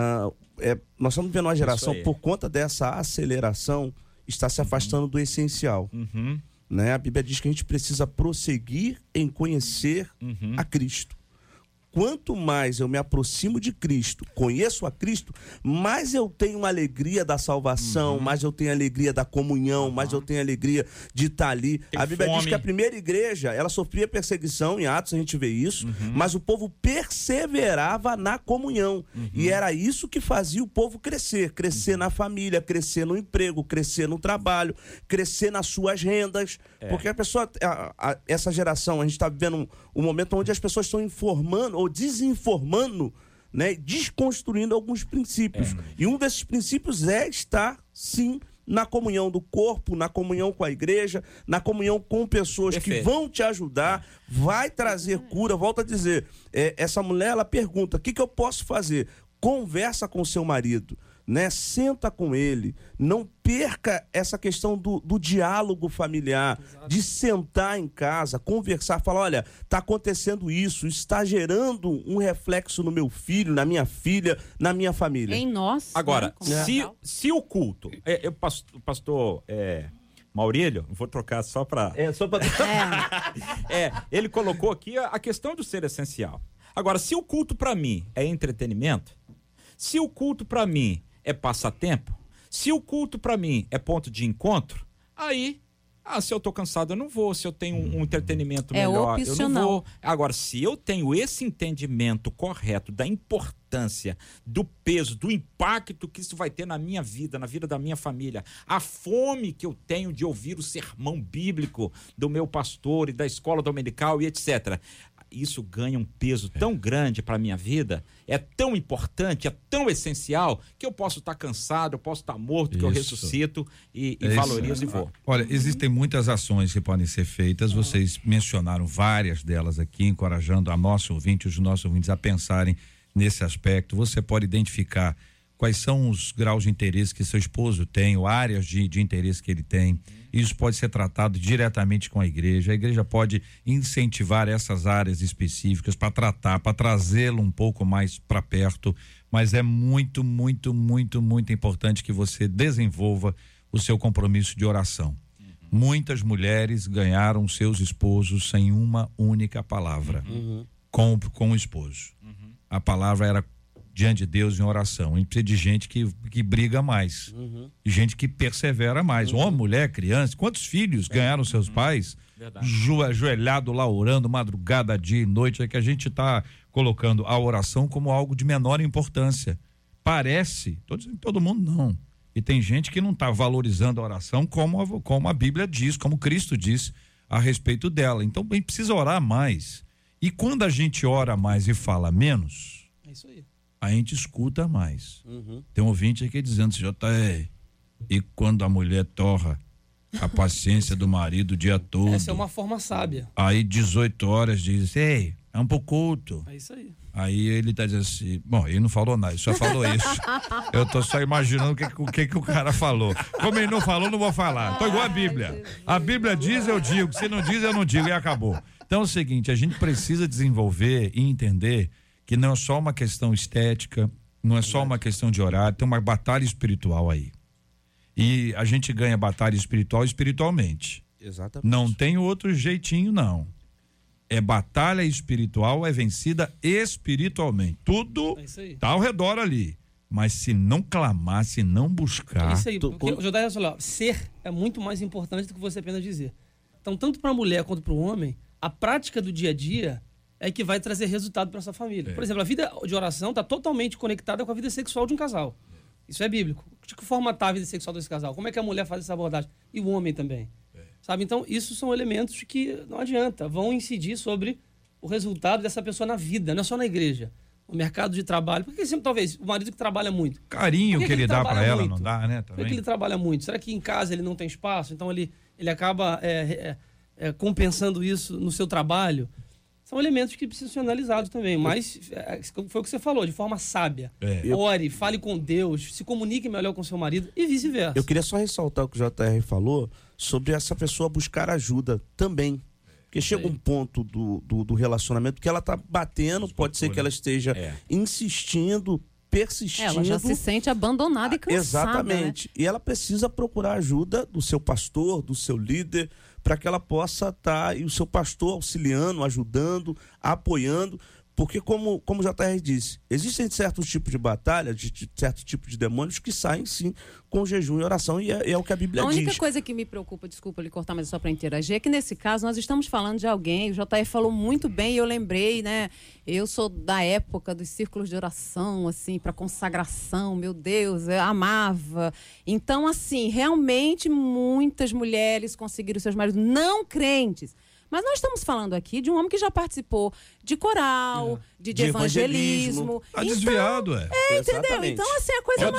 Nós estamos vendo uma geração, por conta dessa aceleração, está se afastando do essencial. Né? A Bíblia diz que a gente precisa prosseguir em conhecer a Cristo. Quanto mais eu me aproximo de Cristo, conheço a Cristo, mais eu tenho alegria da salvação, mais eu tenho alegria da comunhão, mais eu tenho alegria de estar ali. A Bíblia diz que a primeira igreja, ela sofria perseguição, em Atos a gente vê isso, mas o povo perseverava na comunhão. E era isso que fazia o povo crescer na família, crescer no emprego, crescer no trabalho, crescer nas suas rendas. Porque a pessoa, essa geração, a gente está vivendo um momento onde as pessoas estão informando ou desinformando, né, desconstruindo alguns princípios. E um desses princípios é estar, sim, na comunhão do corpo, na comunhão com a igreja, na comunhão com pessoas que vão te ajudar, vai trazer cura. Volto a dizer, essa mulher, ela pergunta: o que eu posso fazer? Conversa com seu marido, né? Senta com ele, não perca essa questão do diálogo familiar. Exato. De sentar em casa, conversar, falar: olha, está acontecendo isso está gerando um reflexo no meu filho, na minha filha, na minha família. Em nós. Agora, se o culto, o pastor Maurílio, vou trocar só para... ele colocou aqui a questão do ser essencial. Agora, se o culto para mim é entretenimento, se o culto para mim é passatempo, se o culto para mim é ponto de encontro, aí, se eu tô cansado eu não vou, se eu tenho um entretenimento melhor, eu não vou. Agora, se eu tenho esse entendimento correto da importância, do peso, do impacto que isso vai ter na minha vida, na vida da minha família, a fome que eu tenho de ouvir o sermão bíblico do meu pastor e da escola dominical e etc., isso ganha um peso tão grande para a minha vida, é tão importante, é tão essencial, que eu posso estar cansado, eu posso estar morto, que eu ressuscito e valorizo e vou. Olha, existem muitas ações que podem ser feitas, vocês mencionaram várias delas aqui, encorajando a nosso ouvinte, os nossos ouvintes a pensarem nesse aspecto. Você pode identificar quais são os graus de interesse que seu esposo tem, ou áreas de interesse que ele tem. Isso pode ser tratado diretamente com a igreja. A igreja pode incentivar essas áreas específicas para tratar, para trazê-lo um pouco mais para perto, mas é muito, muito, muito, muito importante que você desenvolva o seu compromisso de oração. Muitas mulheres ganharam seus esposos sem uma única palavra com o esposo. A palavra era diante de Deus em oração. A gente precisa de gente que briga mais, gente que persevera mais. Homem, mulher, criança. Quantos filhos ganharam seus pais ajoelhado lá orando madrugada, dia e noite? É que a gente está colocando a oração como algo de menor importância. Parece, estou dizendo todo mundo não. E tem gente que não está valorizando a oração como a Bíblia diz, como Cristo diz a respeito dela. Então a gente precisa orar mais. E quando a gente ora mais e fala menos, é isso aí. A gente escuta mais. Tem um ouvinte aqui dizendo, JR, e quando a mulher torra a paciência do marido o dia todo? Essa é uma forma sábia. Aí 18 horas diz, ei, é um pouco culto. É isso aí. Aí ele tá dizendo assim, bom, ele não falou nada, ele só falou isso. Eu tô só imaginando o que o cara falou. Como ele não falou, não vou falar. Tô igual a Bíblia. A Bíblia diz, eu digo. Se não diz, eu não digo e acabou. Então é o seguinte, a gente precisa desenvolver e entender que não é só uma questão estética, não é só uma questão de horário, tem uma batalha espiritual aí. E a gente ganha batalha espiritual espiritualmente. Exatamente. Não tem outro jeitinho, não. É batalha espiritual, é vencida espiritualmente. Tudo tá ao redor ali. Mas se não clamar, se não buscar... É isso aí, porque o Judá falou, ser é muito mais importante do que você apenas dizer. Então, tanto para a mulher quanto para o homem, a prática do dia a dia é que vai trazer resultado para essa família. Por exemplo, a vida de oração está totalmente conectada com a vida sexual de um casal. Isso é bíblico. De que forma está a vida sexual desse casal? Como é que a mulher faz essa abordagem? E o homem também. Sabe? Então, isso são elementos que não adianta. Vão incidir sobre o resultado dessa pessoa na vida, não é só na igreja. No mercado de trabalho. Por que sempre, talvez, o marido que trabalha muito? Carinho que ele dá para ela, não dá, né? Por que ele trabalha muito? Será que em casa ele não tem espaço? Então, ele acaba compensando isso no seu trabalho? São elementos que precisam ser analisados também, mas foi o que você falou, de forma sábia. Ore, fale com Deus, se comunique melhor com seu marido e vice-versa. Eu queria só ressaltar o que o JR falou sobre essa pessoa buscar ajuda também. Porque chega um ponto do relacionamento que ela tá batendo, pode ser que ela esteja insistindo, persistindo. Ela já se sente abandonada e cansada. Exatamente. Né? E ela precisa procurar ajuda do seu pastor, do seu líder, para que ela possa estar, e o seu pastor auxiliando, ajudando, apoiando, porque como o JR disse, existem certos tipos de batalha, certos tipos de demônios que saem sim com jejum e oração, e é o que a Bíblia diz. A única coisa que me preocupa, desculpa lhe cortar, mas só para interagir, é que nesse caso nós estamos falando de alguém, o JR falou muito bem, e eu lembrei, né, eu sou da época dos círculos de oração, assim, para consagração, meu Deus, eu amava. Então, assim, realmente muitas mulheres conseguiram seus maridos não crentes. Mas nós estamos falando aqui de um homem que já participou de coral, de evangelismo. Tá desviado, entendeu? Então, assim, a coisa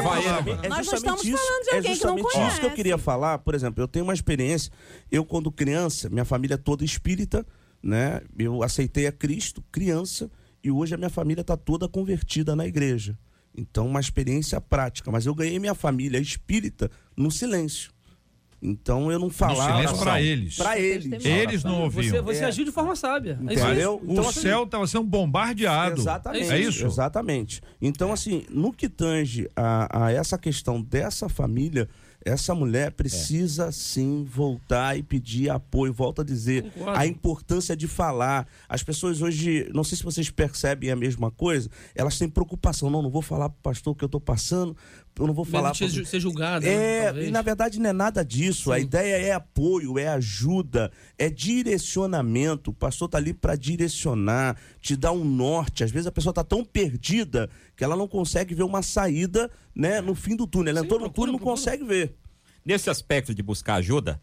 nós não estamos falando de alguém que não conhece. Isso que eu queria falar, por exemplo, eu tenho uma experiência, eu quando criança, minha família é toda espírita, né? Eu aceitei a Cristo, criança, e hoje a minha família está toda convertida na igreja. Então, uma experiência prática, mas eu ganhei minha família espírita no silêncio. Então eu não falava. Silêncio para eles. Para eles. Eles não ouviam. Você agiu de forma sábia. Entendeu? Então, o céu estava sendo bombardeado. Exatamente. É isso? Exatamente. Então, assim, no que tange a essa questão dessa família, essa mulher precisa sim voltar e pedir apoio. Volto a dizer, a importância de falar. As pessoas hoje, não sei se vocês percebem a mesma coisa, elas têm preocupação. Não vou falar pro pastor o que eu tô passando, eu não vou falar... Ser julgado. E na verdade não é nada disso. Sim. A ideia é apoio, é ajuda, é direcionamento. O pastor tá ali para direcionar, te dar um norte. Às vezes a pessoa tá tão perdida que ela não consegue ver uma saída, né, no fim do túnel. Ela entrou no túnel e não consegue ver. Nesse aspecto de buscar ajuda,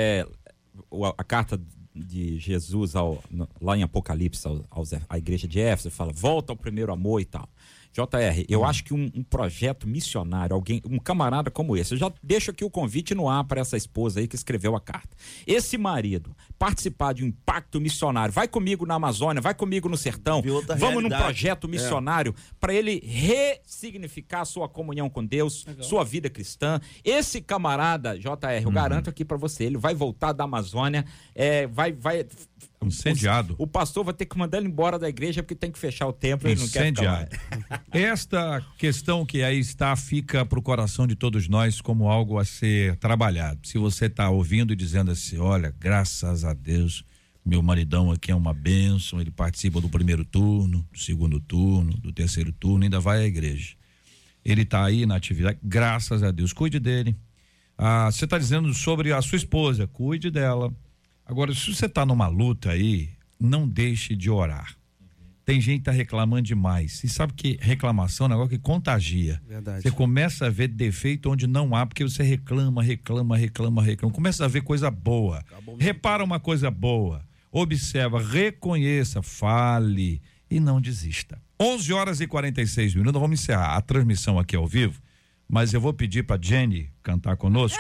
a carta de Jesus lá em Apocalipse à igreja de Éfeso fala, volta ao primeiro amor e tal. JR, eu acho que um projeto missionário, um camarada como esse, eu já deixo aqui o convite no ar para essa esposa aí que escreveu a carta. Esse marido participar de um impacto missionário, vai comigo na Amazônia, vai comigo no sertão, vamos num projeto missionário para ele ressignificar a sua comunhão com Deus, sua vida cristã. Esse camarada, JR, eu garanto aqui para você, ele vai voltar da Amazônia, vai incendiado. O pastor vai ter que mandar ele embora da igreja porque tem que fechar o templo e ele não quer ficar lá. Esta questão que aí está fica para o coração de todos nós como algo a ser trabalhado. Se você está ouvindo e dizendo assim, olha, graças a Deus, meu maridão aqui é uma bênção, ele participa do primeiro turno, do segundo turno, do terceiro turno, ainda vai à igreja. Ele está aí na atividade, graças a Deus, cuide dele. Você está dizendo sobre a sua esposa, cuide dela. Agora, se você está numa luta aí, não deixe de orar. Tem gente que tá reclamando demais. E sabe que reclamação é um negócio que contagia. Verdade. Você começa a ver defeito onde não há, porque você reclama. Começa a ver coisa boa. Repara uma coisa boa. Observa, reconheça, fale e não desista. 11h46. Nós vamos encerrar a transmissão aqui ao vivo. Mas eu vou pedir pra Jenny cantar conosco.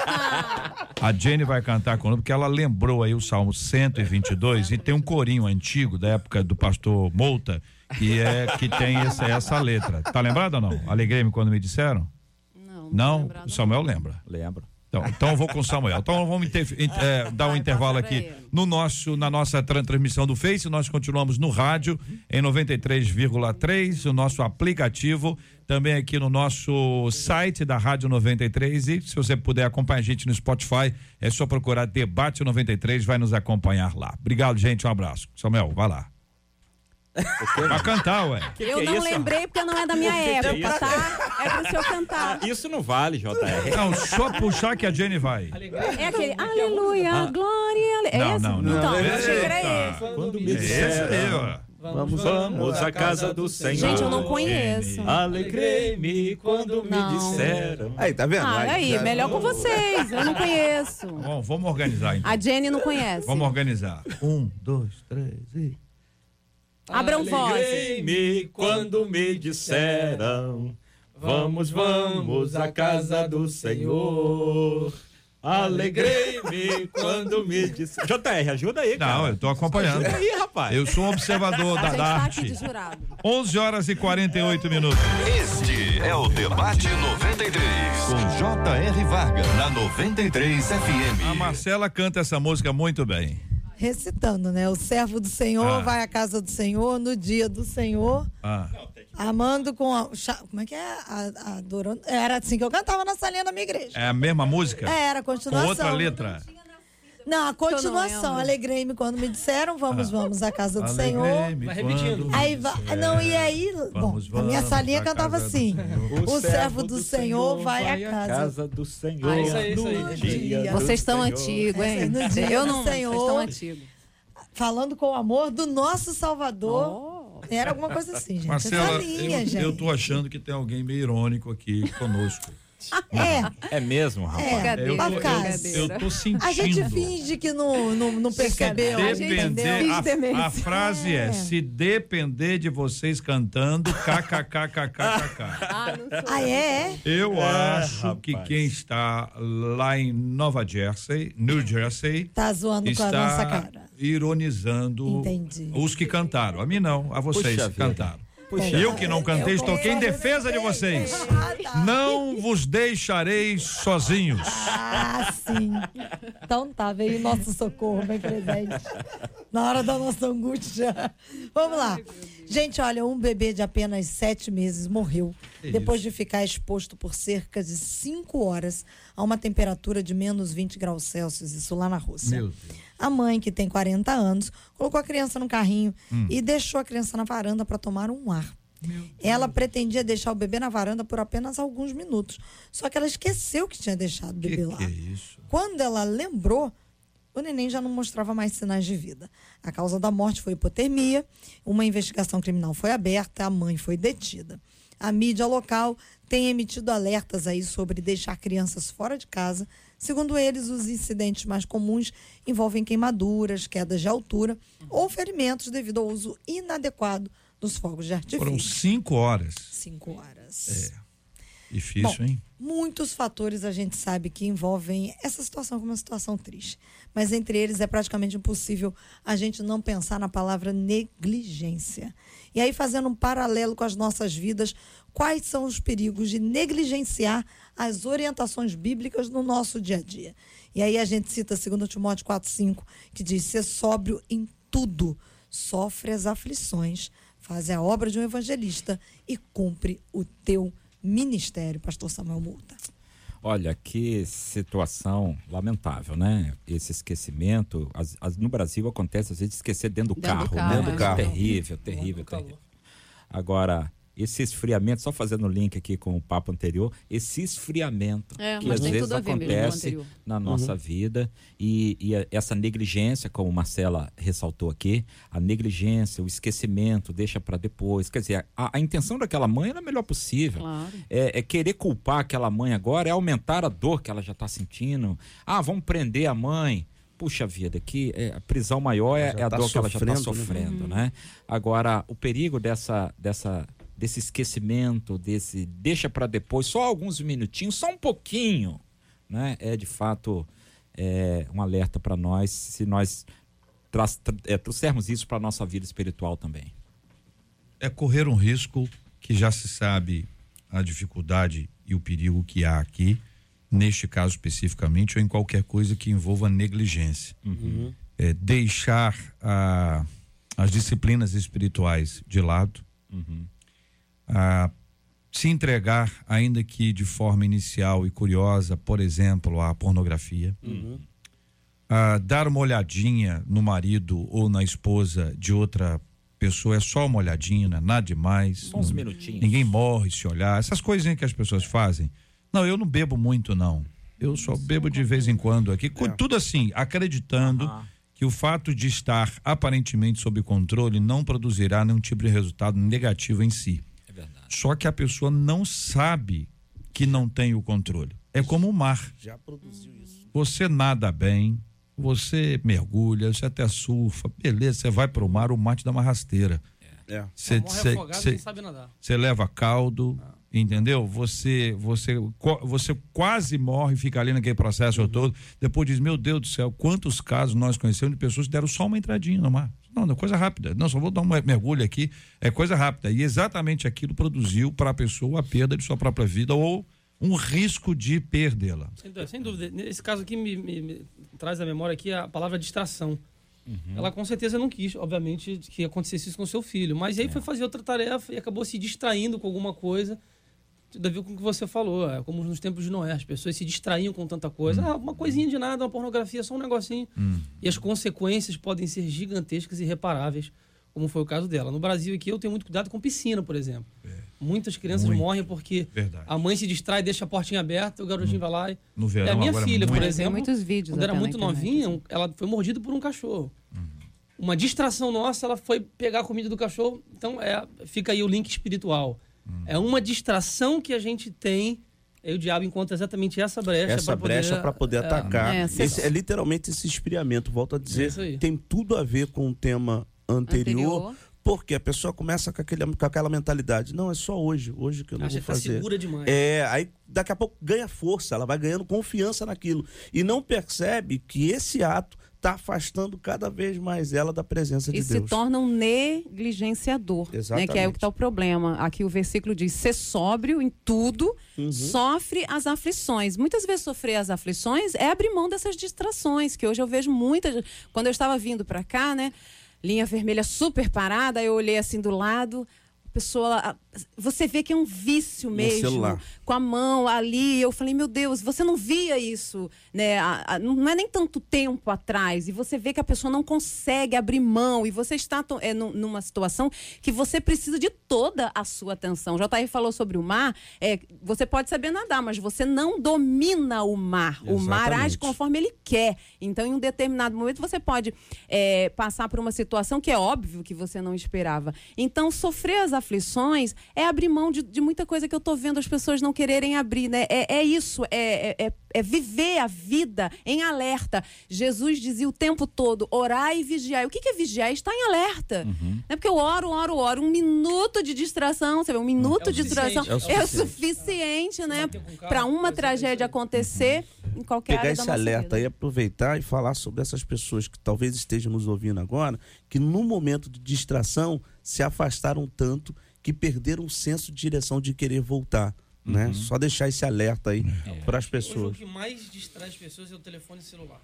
A Jenny vai cantar conosco, porque ela lembrou aí o Salmo 122 e tem um corinho antigo da época do pastor Mouta, que tem essa letra. Tá lembrado ou não? Alegrei-me quando me disseram? Não? O Samuel lembra? Lembro. Então eu vou com o Samuel. Então vamos dar um intervalo aqui na nossa transmissão do Face. Nós continuamos no rádio em 93,3, o nosso aplicativo, também aqui no nosso site da Rádio 93, e se você puder acompanhar a gente no Spotify, é só procurar Debate 93, vai nos acompanhar lá. Obrigado, gente, um abraço. Samuel, vai lá. Pra cantar, ué. Eu não lembrei porque não é da minha época, tá? É pro senhor cantar. Isso não vale, JR. Não, só puxar que a Jenny vai. É aquele aleluia, glória. É esse? Não. Então, eu achei que era esse. Quando me disseram, vamos à casa do Senhor. Gente, eu não conheço. Alegrei-me quando me disseram. Aí, tá vendo? Aí, melhor com vocês. Eu não conheço. Bom, vamos organizar então. A Jenny não conhece. Vamos organizar. 1, 2, 3 e... Abram voz. Alegrei-me quando me disseram, vamos à casa do Senhor. Alegrei-me quando me disseram. JR, ajuda aí, cara. Não, eu tô acompanhando. Ajuda aí, rapaz. Eu sou um observador da arte. Aqui de jurado. 11h48. Este é o Debate 93, com J.R. Varga, na 93 FM. A Marcela canta essa música muito bem. Recitando, né? O servo do Senhor vai à casa do Senhor no dia do Senhor, amando com como é que é? Adorando. Era assim que eu cantava na salinha da minha igreja. É a mesma música? Era a continuação. Com outra letra? Não, a continuação. Alegrei-me quando me disseram, vamos à casa do Senhor. Vai repetindo. Aí e aí, a minha salinha cantava assim: o servo do Senhor vai à casa do Senhor. Isso aí. Vocês estão antigos, hein? No dia Eu do não, Senhor, vocês estão antigos. falando com o amor do nosso Salvador. Era alguma coisa assim, gente. Marcela, gente. eu tô achando que tem alguém meio irônico aqui conosco. É mesmo, rapaz? Eu tô sentindo. A gente finge que não percebeu. A frase é: se depender de vocês cantando, kkkkkkk. É? Eu acho que quem está lá em New Jersey, tá zoando com a nossa cara. Ironizando os que cantaram. A mim não, a vocês que cantaram. Eu que não cantei, estou aqui em defesa de vocês. Não vos deixarei sozinhos. Sim. Então tá, veio nosso socorro bem presente. Na hora da nossa angústia. Vamos lá. Gente, olha, um bebê de apenas 7 meses morreu depois de ficar exposto por cerca de 5 horas a uma temperatura de menos 20 graus Celsius, isso lá na Rússia. Meu Deus. A mãe, que tem 40 anos, colocou a criança no carrinho e deixou a criança na varanda para tomar um ar. Ela pretendia deixar o bebê na varanda por apenas alguns minutos. Só que ela esqueceu que tinha deixado o bebê lá. Que é isso? Quando ela lembrou, o neném já não mostrava mais sinais de vida. A causa da morte foi hipotermia, uma investigação criminal foi aberta, a mãe foi detida. A mídia local tem emitido alertas aí sobre deixar crianças fora de casa. Segundo eles, os incidentes mais comuns envolvem queimaduras, quedas de altura ou ferimentos devido ao uso inadequado dos fogos de artifício. Foram 5 horas. 5 horas. Difícil, bom, hein? Muitos fatores a gente sabe que envolvem essa situação como uma situação triste. Mas entre eles é praticamente impossível a gente não pensar na palavra negligência. E aí, fazendo um paralelo com as nossas vidas, quais são os perigos de negligenciar as orientações bíblicas no nosso dia a dia? E aí a gente cita 2 Timóteo 4,5, que diz: ser sóbrio em tudo, sofre as aflições, faz a obra de um evangelista e cumpre o teu ministério. Pastor Samuel Murta. Olha, que situação lamentável, né? Esse esquecimento. No Brasil acontece, às vezes, esquecer dentro do carro. Dentro do carro. Terrível. Agora, esse esfriamento, só fazendo o link aqui com o papo anterior, esse esfriamento que às vezes acontece na nossa vida e essa negligência, como Marcela ressaltou aqui, a negligência, o esquecimento, deixa para depois. Quer dizer, a intenção daquela mãe era a melhor possível. Claro. É querer culpar aquela mãe agora, é aumentar a dor que ela já está sentindo. Vamos prender a mãe. Puxa vida, aqui a prisão maior é a dor que ela já está sofrendo, né? Agora, o perigo desse esquecimento, desse deixa para depois, só alguns minutinhos, só um pouquinho, né? É de fato um alerta para nós, se nós trouxermos isso para a nossa vida espiritual também. É correr um risco que já se sabe a dificuldade e o perigo que há aqui, neste caso especificamente, ou em qualquer coisa que envolva negligência. Deixar as disciplinas espirituais de lado, se entregar, ainda que de forma inicial e curiosa, por exemplo, à pornografia, dar uma olhadinha no marido ou na esposa de outra pessoa, é só uma olhadinha, não é nada demais. Uns minutinhos. Ninguém morre se olhar, essas coisinhas que as pessoas fazem. Não, eu não bebo muito, não. Eu só bebo de vez em quando aqui, tudo assim, acreditando que o fato de estar aparentemente sob controle não produzirá nenhum tipo de resultado negativo em si. Só que a pessoa não sabe que não tem o controle. É como o mar. Já produziu isso. Você nada bem, você mergulha, você até surfa, beleza, você vai para o mar te dá uma rasteira. Você não sabe nadar. Você leva caldo, entendeu? Você quase morre, fica ali naquele processo todo. Depois diz: meu Deus do céu, quantos casos nós conhecemos de pessoas que deram só uma entradinha no mar. Não, é coisa rápida. Não, só vou dar um mergulho aqui. É coisa rápida. E exatamente aquilo produziu para a pessoa a perda de sua própria vida ou um risco de perdê-la. Sem dúvida. Nesse caso aqui me traz à memória aqui a palavra distração. Ela com certeza não quis, obviamente, que acontecesse isso com seu filho. Mas aí foi fazer outra tarefa e acabou se distraindo com alguma coisa. Tudo a ver com o que você falou. É como nos tempos de Noé. As pessoas se distraíam com tanta coisa. Uma coisinha de nada, uma pornografia, só um negocinho. E as consequências podem ser gigantescas e irreparáveis, como foi o caso dela. No Brasil aqui eu tenho muito cuidado com piscina, por exemplo. Muitas crianças morrem porque a mãe se distrai, deixa a portinha aberta, o garotinho vai lá no verão, e a minha filha, por exemplo, muitos vídeos, quando era muito novinha, ela foi mordida por um cachorro. Uma distração nossa, ela foi pegar a comida do cachorro. Então fica aí o link espiritual. É uma distração que a gente tem. Aí o diabo encontra exatamente essa brecha para poder atacar. É literalmente esse esfriamento. Volto a dizer, tem tudo a ver com o tema anterior. Porque a pessoa começa com aquela mentalidade: não, é só hoje que eu não vou fazer. Tá segura demais. Aí daqui a pouco ganha força, ela vai ganhando confiança naquilo. E não percebe que esse ato está afastando cada vez mais ela da presença de Deus. E se torna um negligenciador, né? Que é o que está o problema. Aqui o versículo diz: ser sóbrio em tudo, sofre as aflições. Muitas vezes sofrer as aflições é abrir mão dessas distrações, que hoje eu vejo muitas. Quando eu estava vindo para cá, né? Linha vermelha super parada, eu olhei assim do lado, pessoa, você vê que é um vício mesmo, com a mão ali, eu falei: meu Deus, você não via isso, né? Não é nem tanto tempo atrás, e você vê que a pessoa não consegue abrir mão, e você está numa situação que você precisa de toda a sua atenção. O JR falou sobre o mar, você pode saber nadar, mas você não domina o mar. Exatamente. O mar age conforme ele quer. Então, em um determinado momento, você pode passar por uma situação que é óbvio que você não esperava. Então, sofrer as aflições é abrir mão de muita coisa que eu tô vendo as pessoas não quererem abrir, né? É viver a vida em alerta. Jesus dizia o tempo todo, orai e vigiai. O que é vigiar? Estar em alerta. Não é porque eu oro. 1 minuto de distração, sabe? 1 minuto de distração é o suficiente, né? Para uma tragédia acontecer em qualquer área da nossa vida. Pegar esse alerta e aproveitar e falar sobre essas pessoas que talvez estejam nos ouvindo agora, que no momento de distração se afastaram tanto que perderam o senso de direção de querer voltar. Né? Só deixar esse alerta aí para as pessoas. Hoje, o que mais distrai as pessoas é o telefone celular.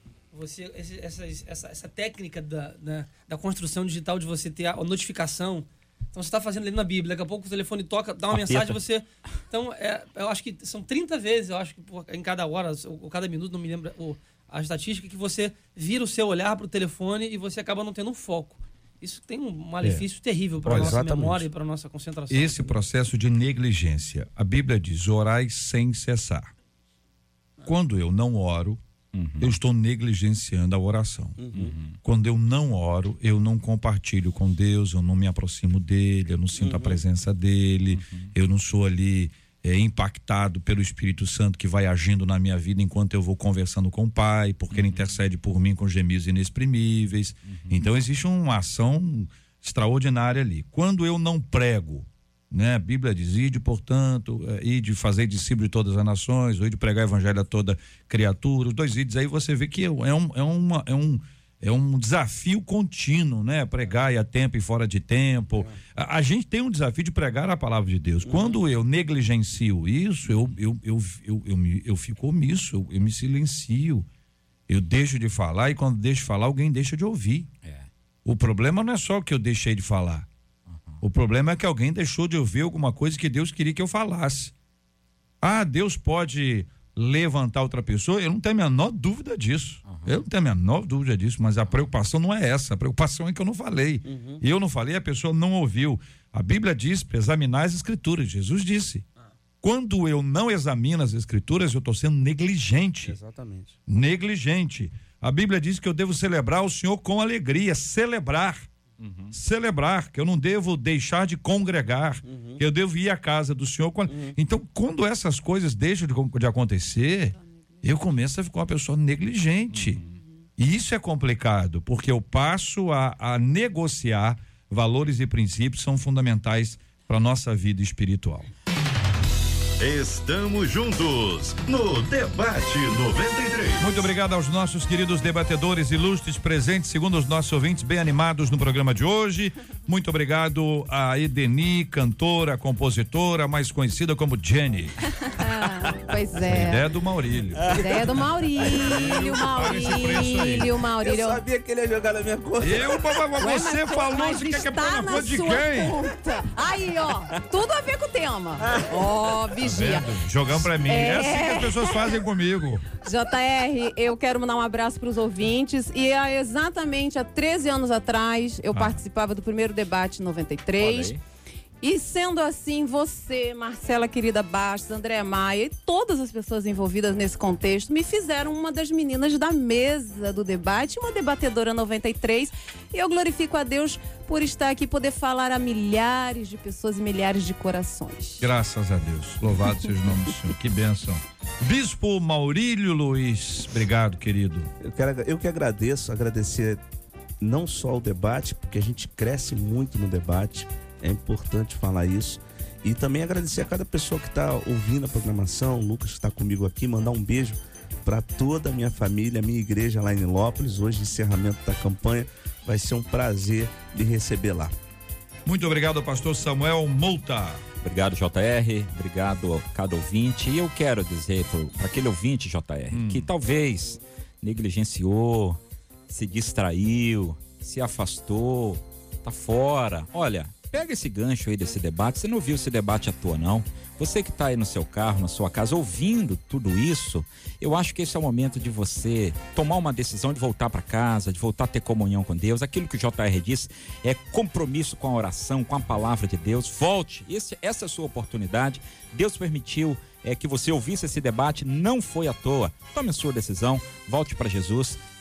Essa técnica da construção digital de você ter a notificação. Então você está fazendo ali na Bíblia, daqui a pouco o telefone toca, dá uma mensagem, você. Então, eu acho que são 30 vezes, eu acho que em cada hora, ou cada minuto, não me lembro a estatística, que você vira o seu olhar para o telefone e você acaba não tendo um foco. Isso tem um malefício terrível para a nossa memória e para a nossa concentração. Esse processo de negligência, a Bíblia diz, orai sem cessar. Quando eu não oro, eu estou negligenciando a oração. Quando eu não oro, eu não compartilho com Deus, eu não me aproximo dele, eu não sinto a presença dele, eu não sou ali impactado pelo Espírito Santo que vai agindo na minha vida enquanto eu vou conversando com o Pai, porque ele intercede por mim com gemidos inexprimíveis. Então existe uma ação extraordinária ali. Quando eu não prego, né? A Bíblia diz, ide, portanto, ide fazer discípulo de todas as nações, ide pregar o evangelho a toda criatura, os 2 ides aí você vê que é um desafio contínuo, né? Pregar a tempo e fora de tempo. A gente tem um desafio de pregar a palavra de Deus. Quando eu negligencio isso, eu fico omisso, eu me silencio. Eu deixo de falar e quando deixo de falar, alguém deixa de ouvir. O problema não é só que eu deixei de falar. O problema é que alguém deixou de ouvir alguma coisa que Deus queria que eu falasse. Deus pode levantar outra pessoa, eu não tenho a menor dúvida disso. Eu não tenho a menor dúvida disso, mas a preocupação não é essa. A preocupação é que eu não falei. E eu não falei, a pessoa não ouviu. A Bíblia diz para examinar as Escrituras. Jesus disse. Quando eu não examino as Escrituras, eu estou sendo negligente. Exatamente. Negligente. A Bíblia diz que eu devo celebrar o Senhor com alegria. Celebrar, que eu não devo deixar de congregar, que eu devo ir à casa do Senhor. Então, quando essas coisas deixam de acontecer, eu começo a ficar uma pessoa negligente. E isso é complicado, porque eu passo a negociar valores e princípios que são fundamentais para a nossa vida espiritual. Estamos juntos no Debate 93. Muito obrigado aos nossos queridos debatedores ilustres presentes, segundo os nossos ouvintes, bem animados no programa de hoje. Muito obrigado a Edeni, cantora, compositora, mais conhecida como Jenny. Pois é. A ideia do Maurílio. Maurílio. Eu sabia que ele ia jogar na minha conta. Você falou que quer pôr na conta de quem? Conta. Aí, ó, tudo a ver com o tema. Vigia. Jogando pra mim. É assim que as pessoas fazem comigo. JR, eu quero mandar um abraço para os ouvintes. E exatamente há 13 anos atrás, eu participava do primeiro debate 93. E sendo assim, você, Marcela querida Bastos, André Maia e todas as pessoas envolvidas nesse contexto me fizeram uma das meninas da mesa do debate, uma debatedora 93. E eu glorifico a Deus por estar aqui, poder falar a milhares de pessoas e milhares de corações. Graças a Deus. Louvado seja o nome do Senhor. Que bênção. Bispo Maurílio Luiz, obrigado, querido. Eu que agradecer não só o debate, porque a gente cresce muito no debate. É importante falar isso. E também agradecer a cada pessoa que está ouvindo a programação, o Lucas que está comigo aqui, mandar um beijo para toda a minha família, a minha igreja lá em Nilópolis. Hoje, encerramento da campanha, vai ser um prazer lhe receber lá. Muito obrigado, pastor Samuel Mouta. Obrigado, JR, obrigado a cada ouvinte. E eu quero dizer para aquele ouvinte, JR, que talvez negligenciou, se distraiu, se afastou, tá fora. Olha, pega esse gancho aí desse debate. Você não viu esse debate à toa, não. Você que está aí no seu carro, na sua casa, ouvindo tudo isso, eu acho que esse é o momento de você tomar uma decisão de voltar para casa, de voltar a ter comunhão com Deus. Aquilo que o JR disse é compromisso com a oração, com a palavra de Deus. Volte, essa é a sua oportunidade. Deus permitiu que você ouvisse esse debate, não foi à toa. Tome a sua decisão, volte para Jesus,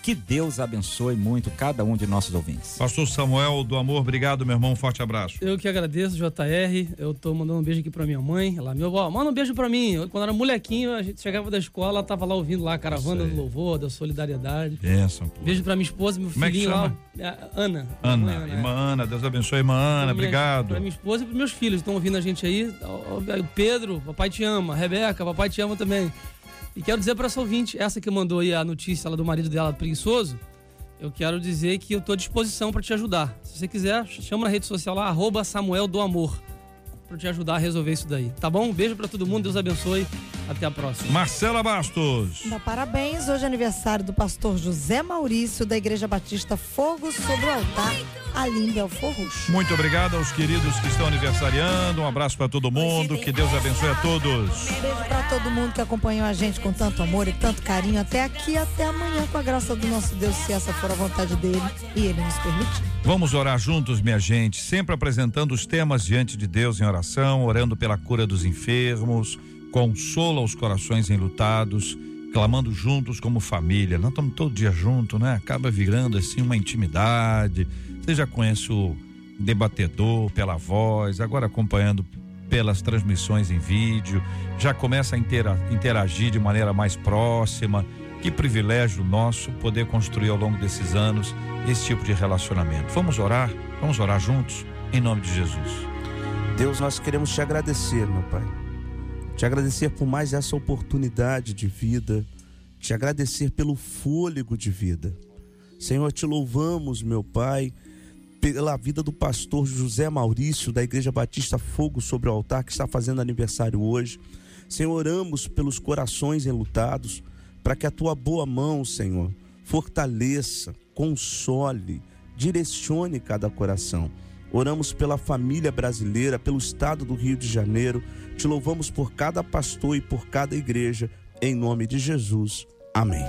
Que Deus abençoe muito cada um de nossos ouvintes. Pastor Samuel do Amor, obrigado, meu irmão, um forte abraço. Eu que agradeço, JR, eu tô mandando um beijo aqui pra minha mãe, ela, meu avó, manda um beijo pra mim. Quando era molequinho, a gente chegava da escola, ela tava lá ouvindo lá a caravana do louvor, da solidariedade. Beijo pra minha esposa, meu filhinho lá, Ana. Irmã Ana, Deus abençoe, irmã Ana, obrigado. Pra minha esposa e pros meus filhos, estão ouvindo a gente aí, o Pedro, papai te ama, a Rebeca, papai te ama também. E quero dizer pra essa ouvinte, essa que mandou aí a notícia lá do marido dela preguiçoso, eu quero dizer que eu tô à disposição para te ajudar. Se você quiser, chama na rede social lá, @Samuel do Amor, para te ajudar a resolver isso daí. Tá bom? Um beijo para todo mundo, Deus abençoe. Até a próxima. Marcela Bastos. Parabéns, hoje é aniversário do pastor José Maurício, da Igreja Batista Fogo sobre o Altar, ali em Belfor Roxo. Muito obrigado aos queridos que estão aniversariando, um abraço para todo mundo, que Deus abençoe a todos. Um beijo para todo mundo que acompanhou a gente com tanto amor e tanto carinho até aqui, até amanhã, com a graça do nosso Deus, se essa for a vontade dele e ele nos permitir. Vamos orar juntos, minha gente, sempre apresentando os temas diante de Deus em oração, orando pela cura dos enfermos, consola os corações enlutados, clamando juntos como família. Nós estamos todo dia juntos, né? Acaba virando assim uma intimidade. Você já conhece o debatedor pela voz, agora acompanhando pelas transmissões em vídeo, já começa a interagir de maneira mais próxima. Que privilégio nosso poder construir ao longo desses anos esse tipo de relacionamento. Vamos orar juntos, em nome de Jesus. Deus, nós queremos te agradecer, meu Pai. Te agradecer por mais essa oportunidade de vida, te agradecer pelo fôlego de vida. Senhor, te louvamos, meu Pai, pela vida do pastor José Maurício, da Igreja Batista Fogo sobre o Altar, que está fazendo aniversário hoje. Senhor, oramos pelos corações enlutados, para que a tua boa mão, Senhor, fortaleça, console, direcione cada coração. Oramos pela família brasileira, pelo estado do Rio de Janeiro. Te louvamos por cada pastor e por cada igreja, em nome de Jesus. Amém.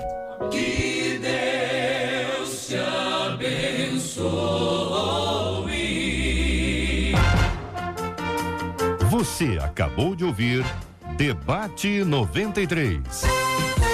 Que Deus te abençoe. Você acabou de ouvir Debate 93.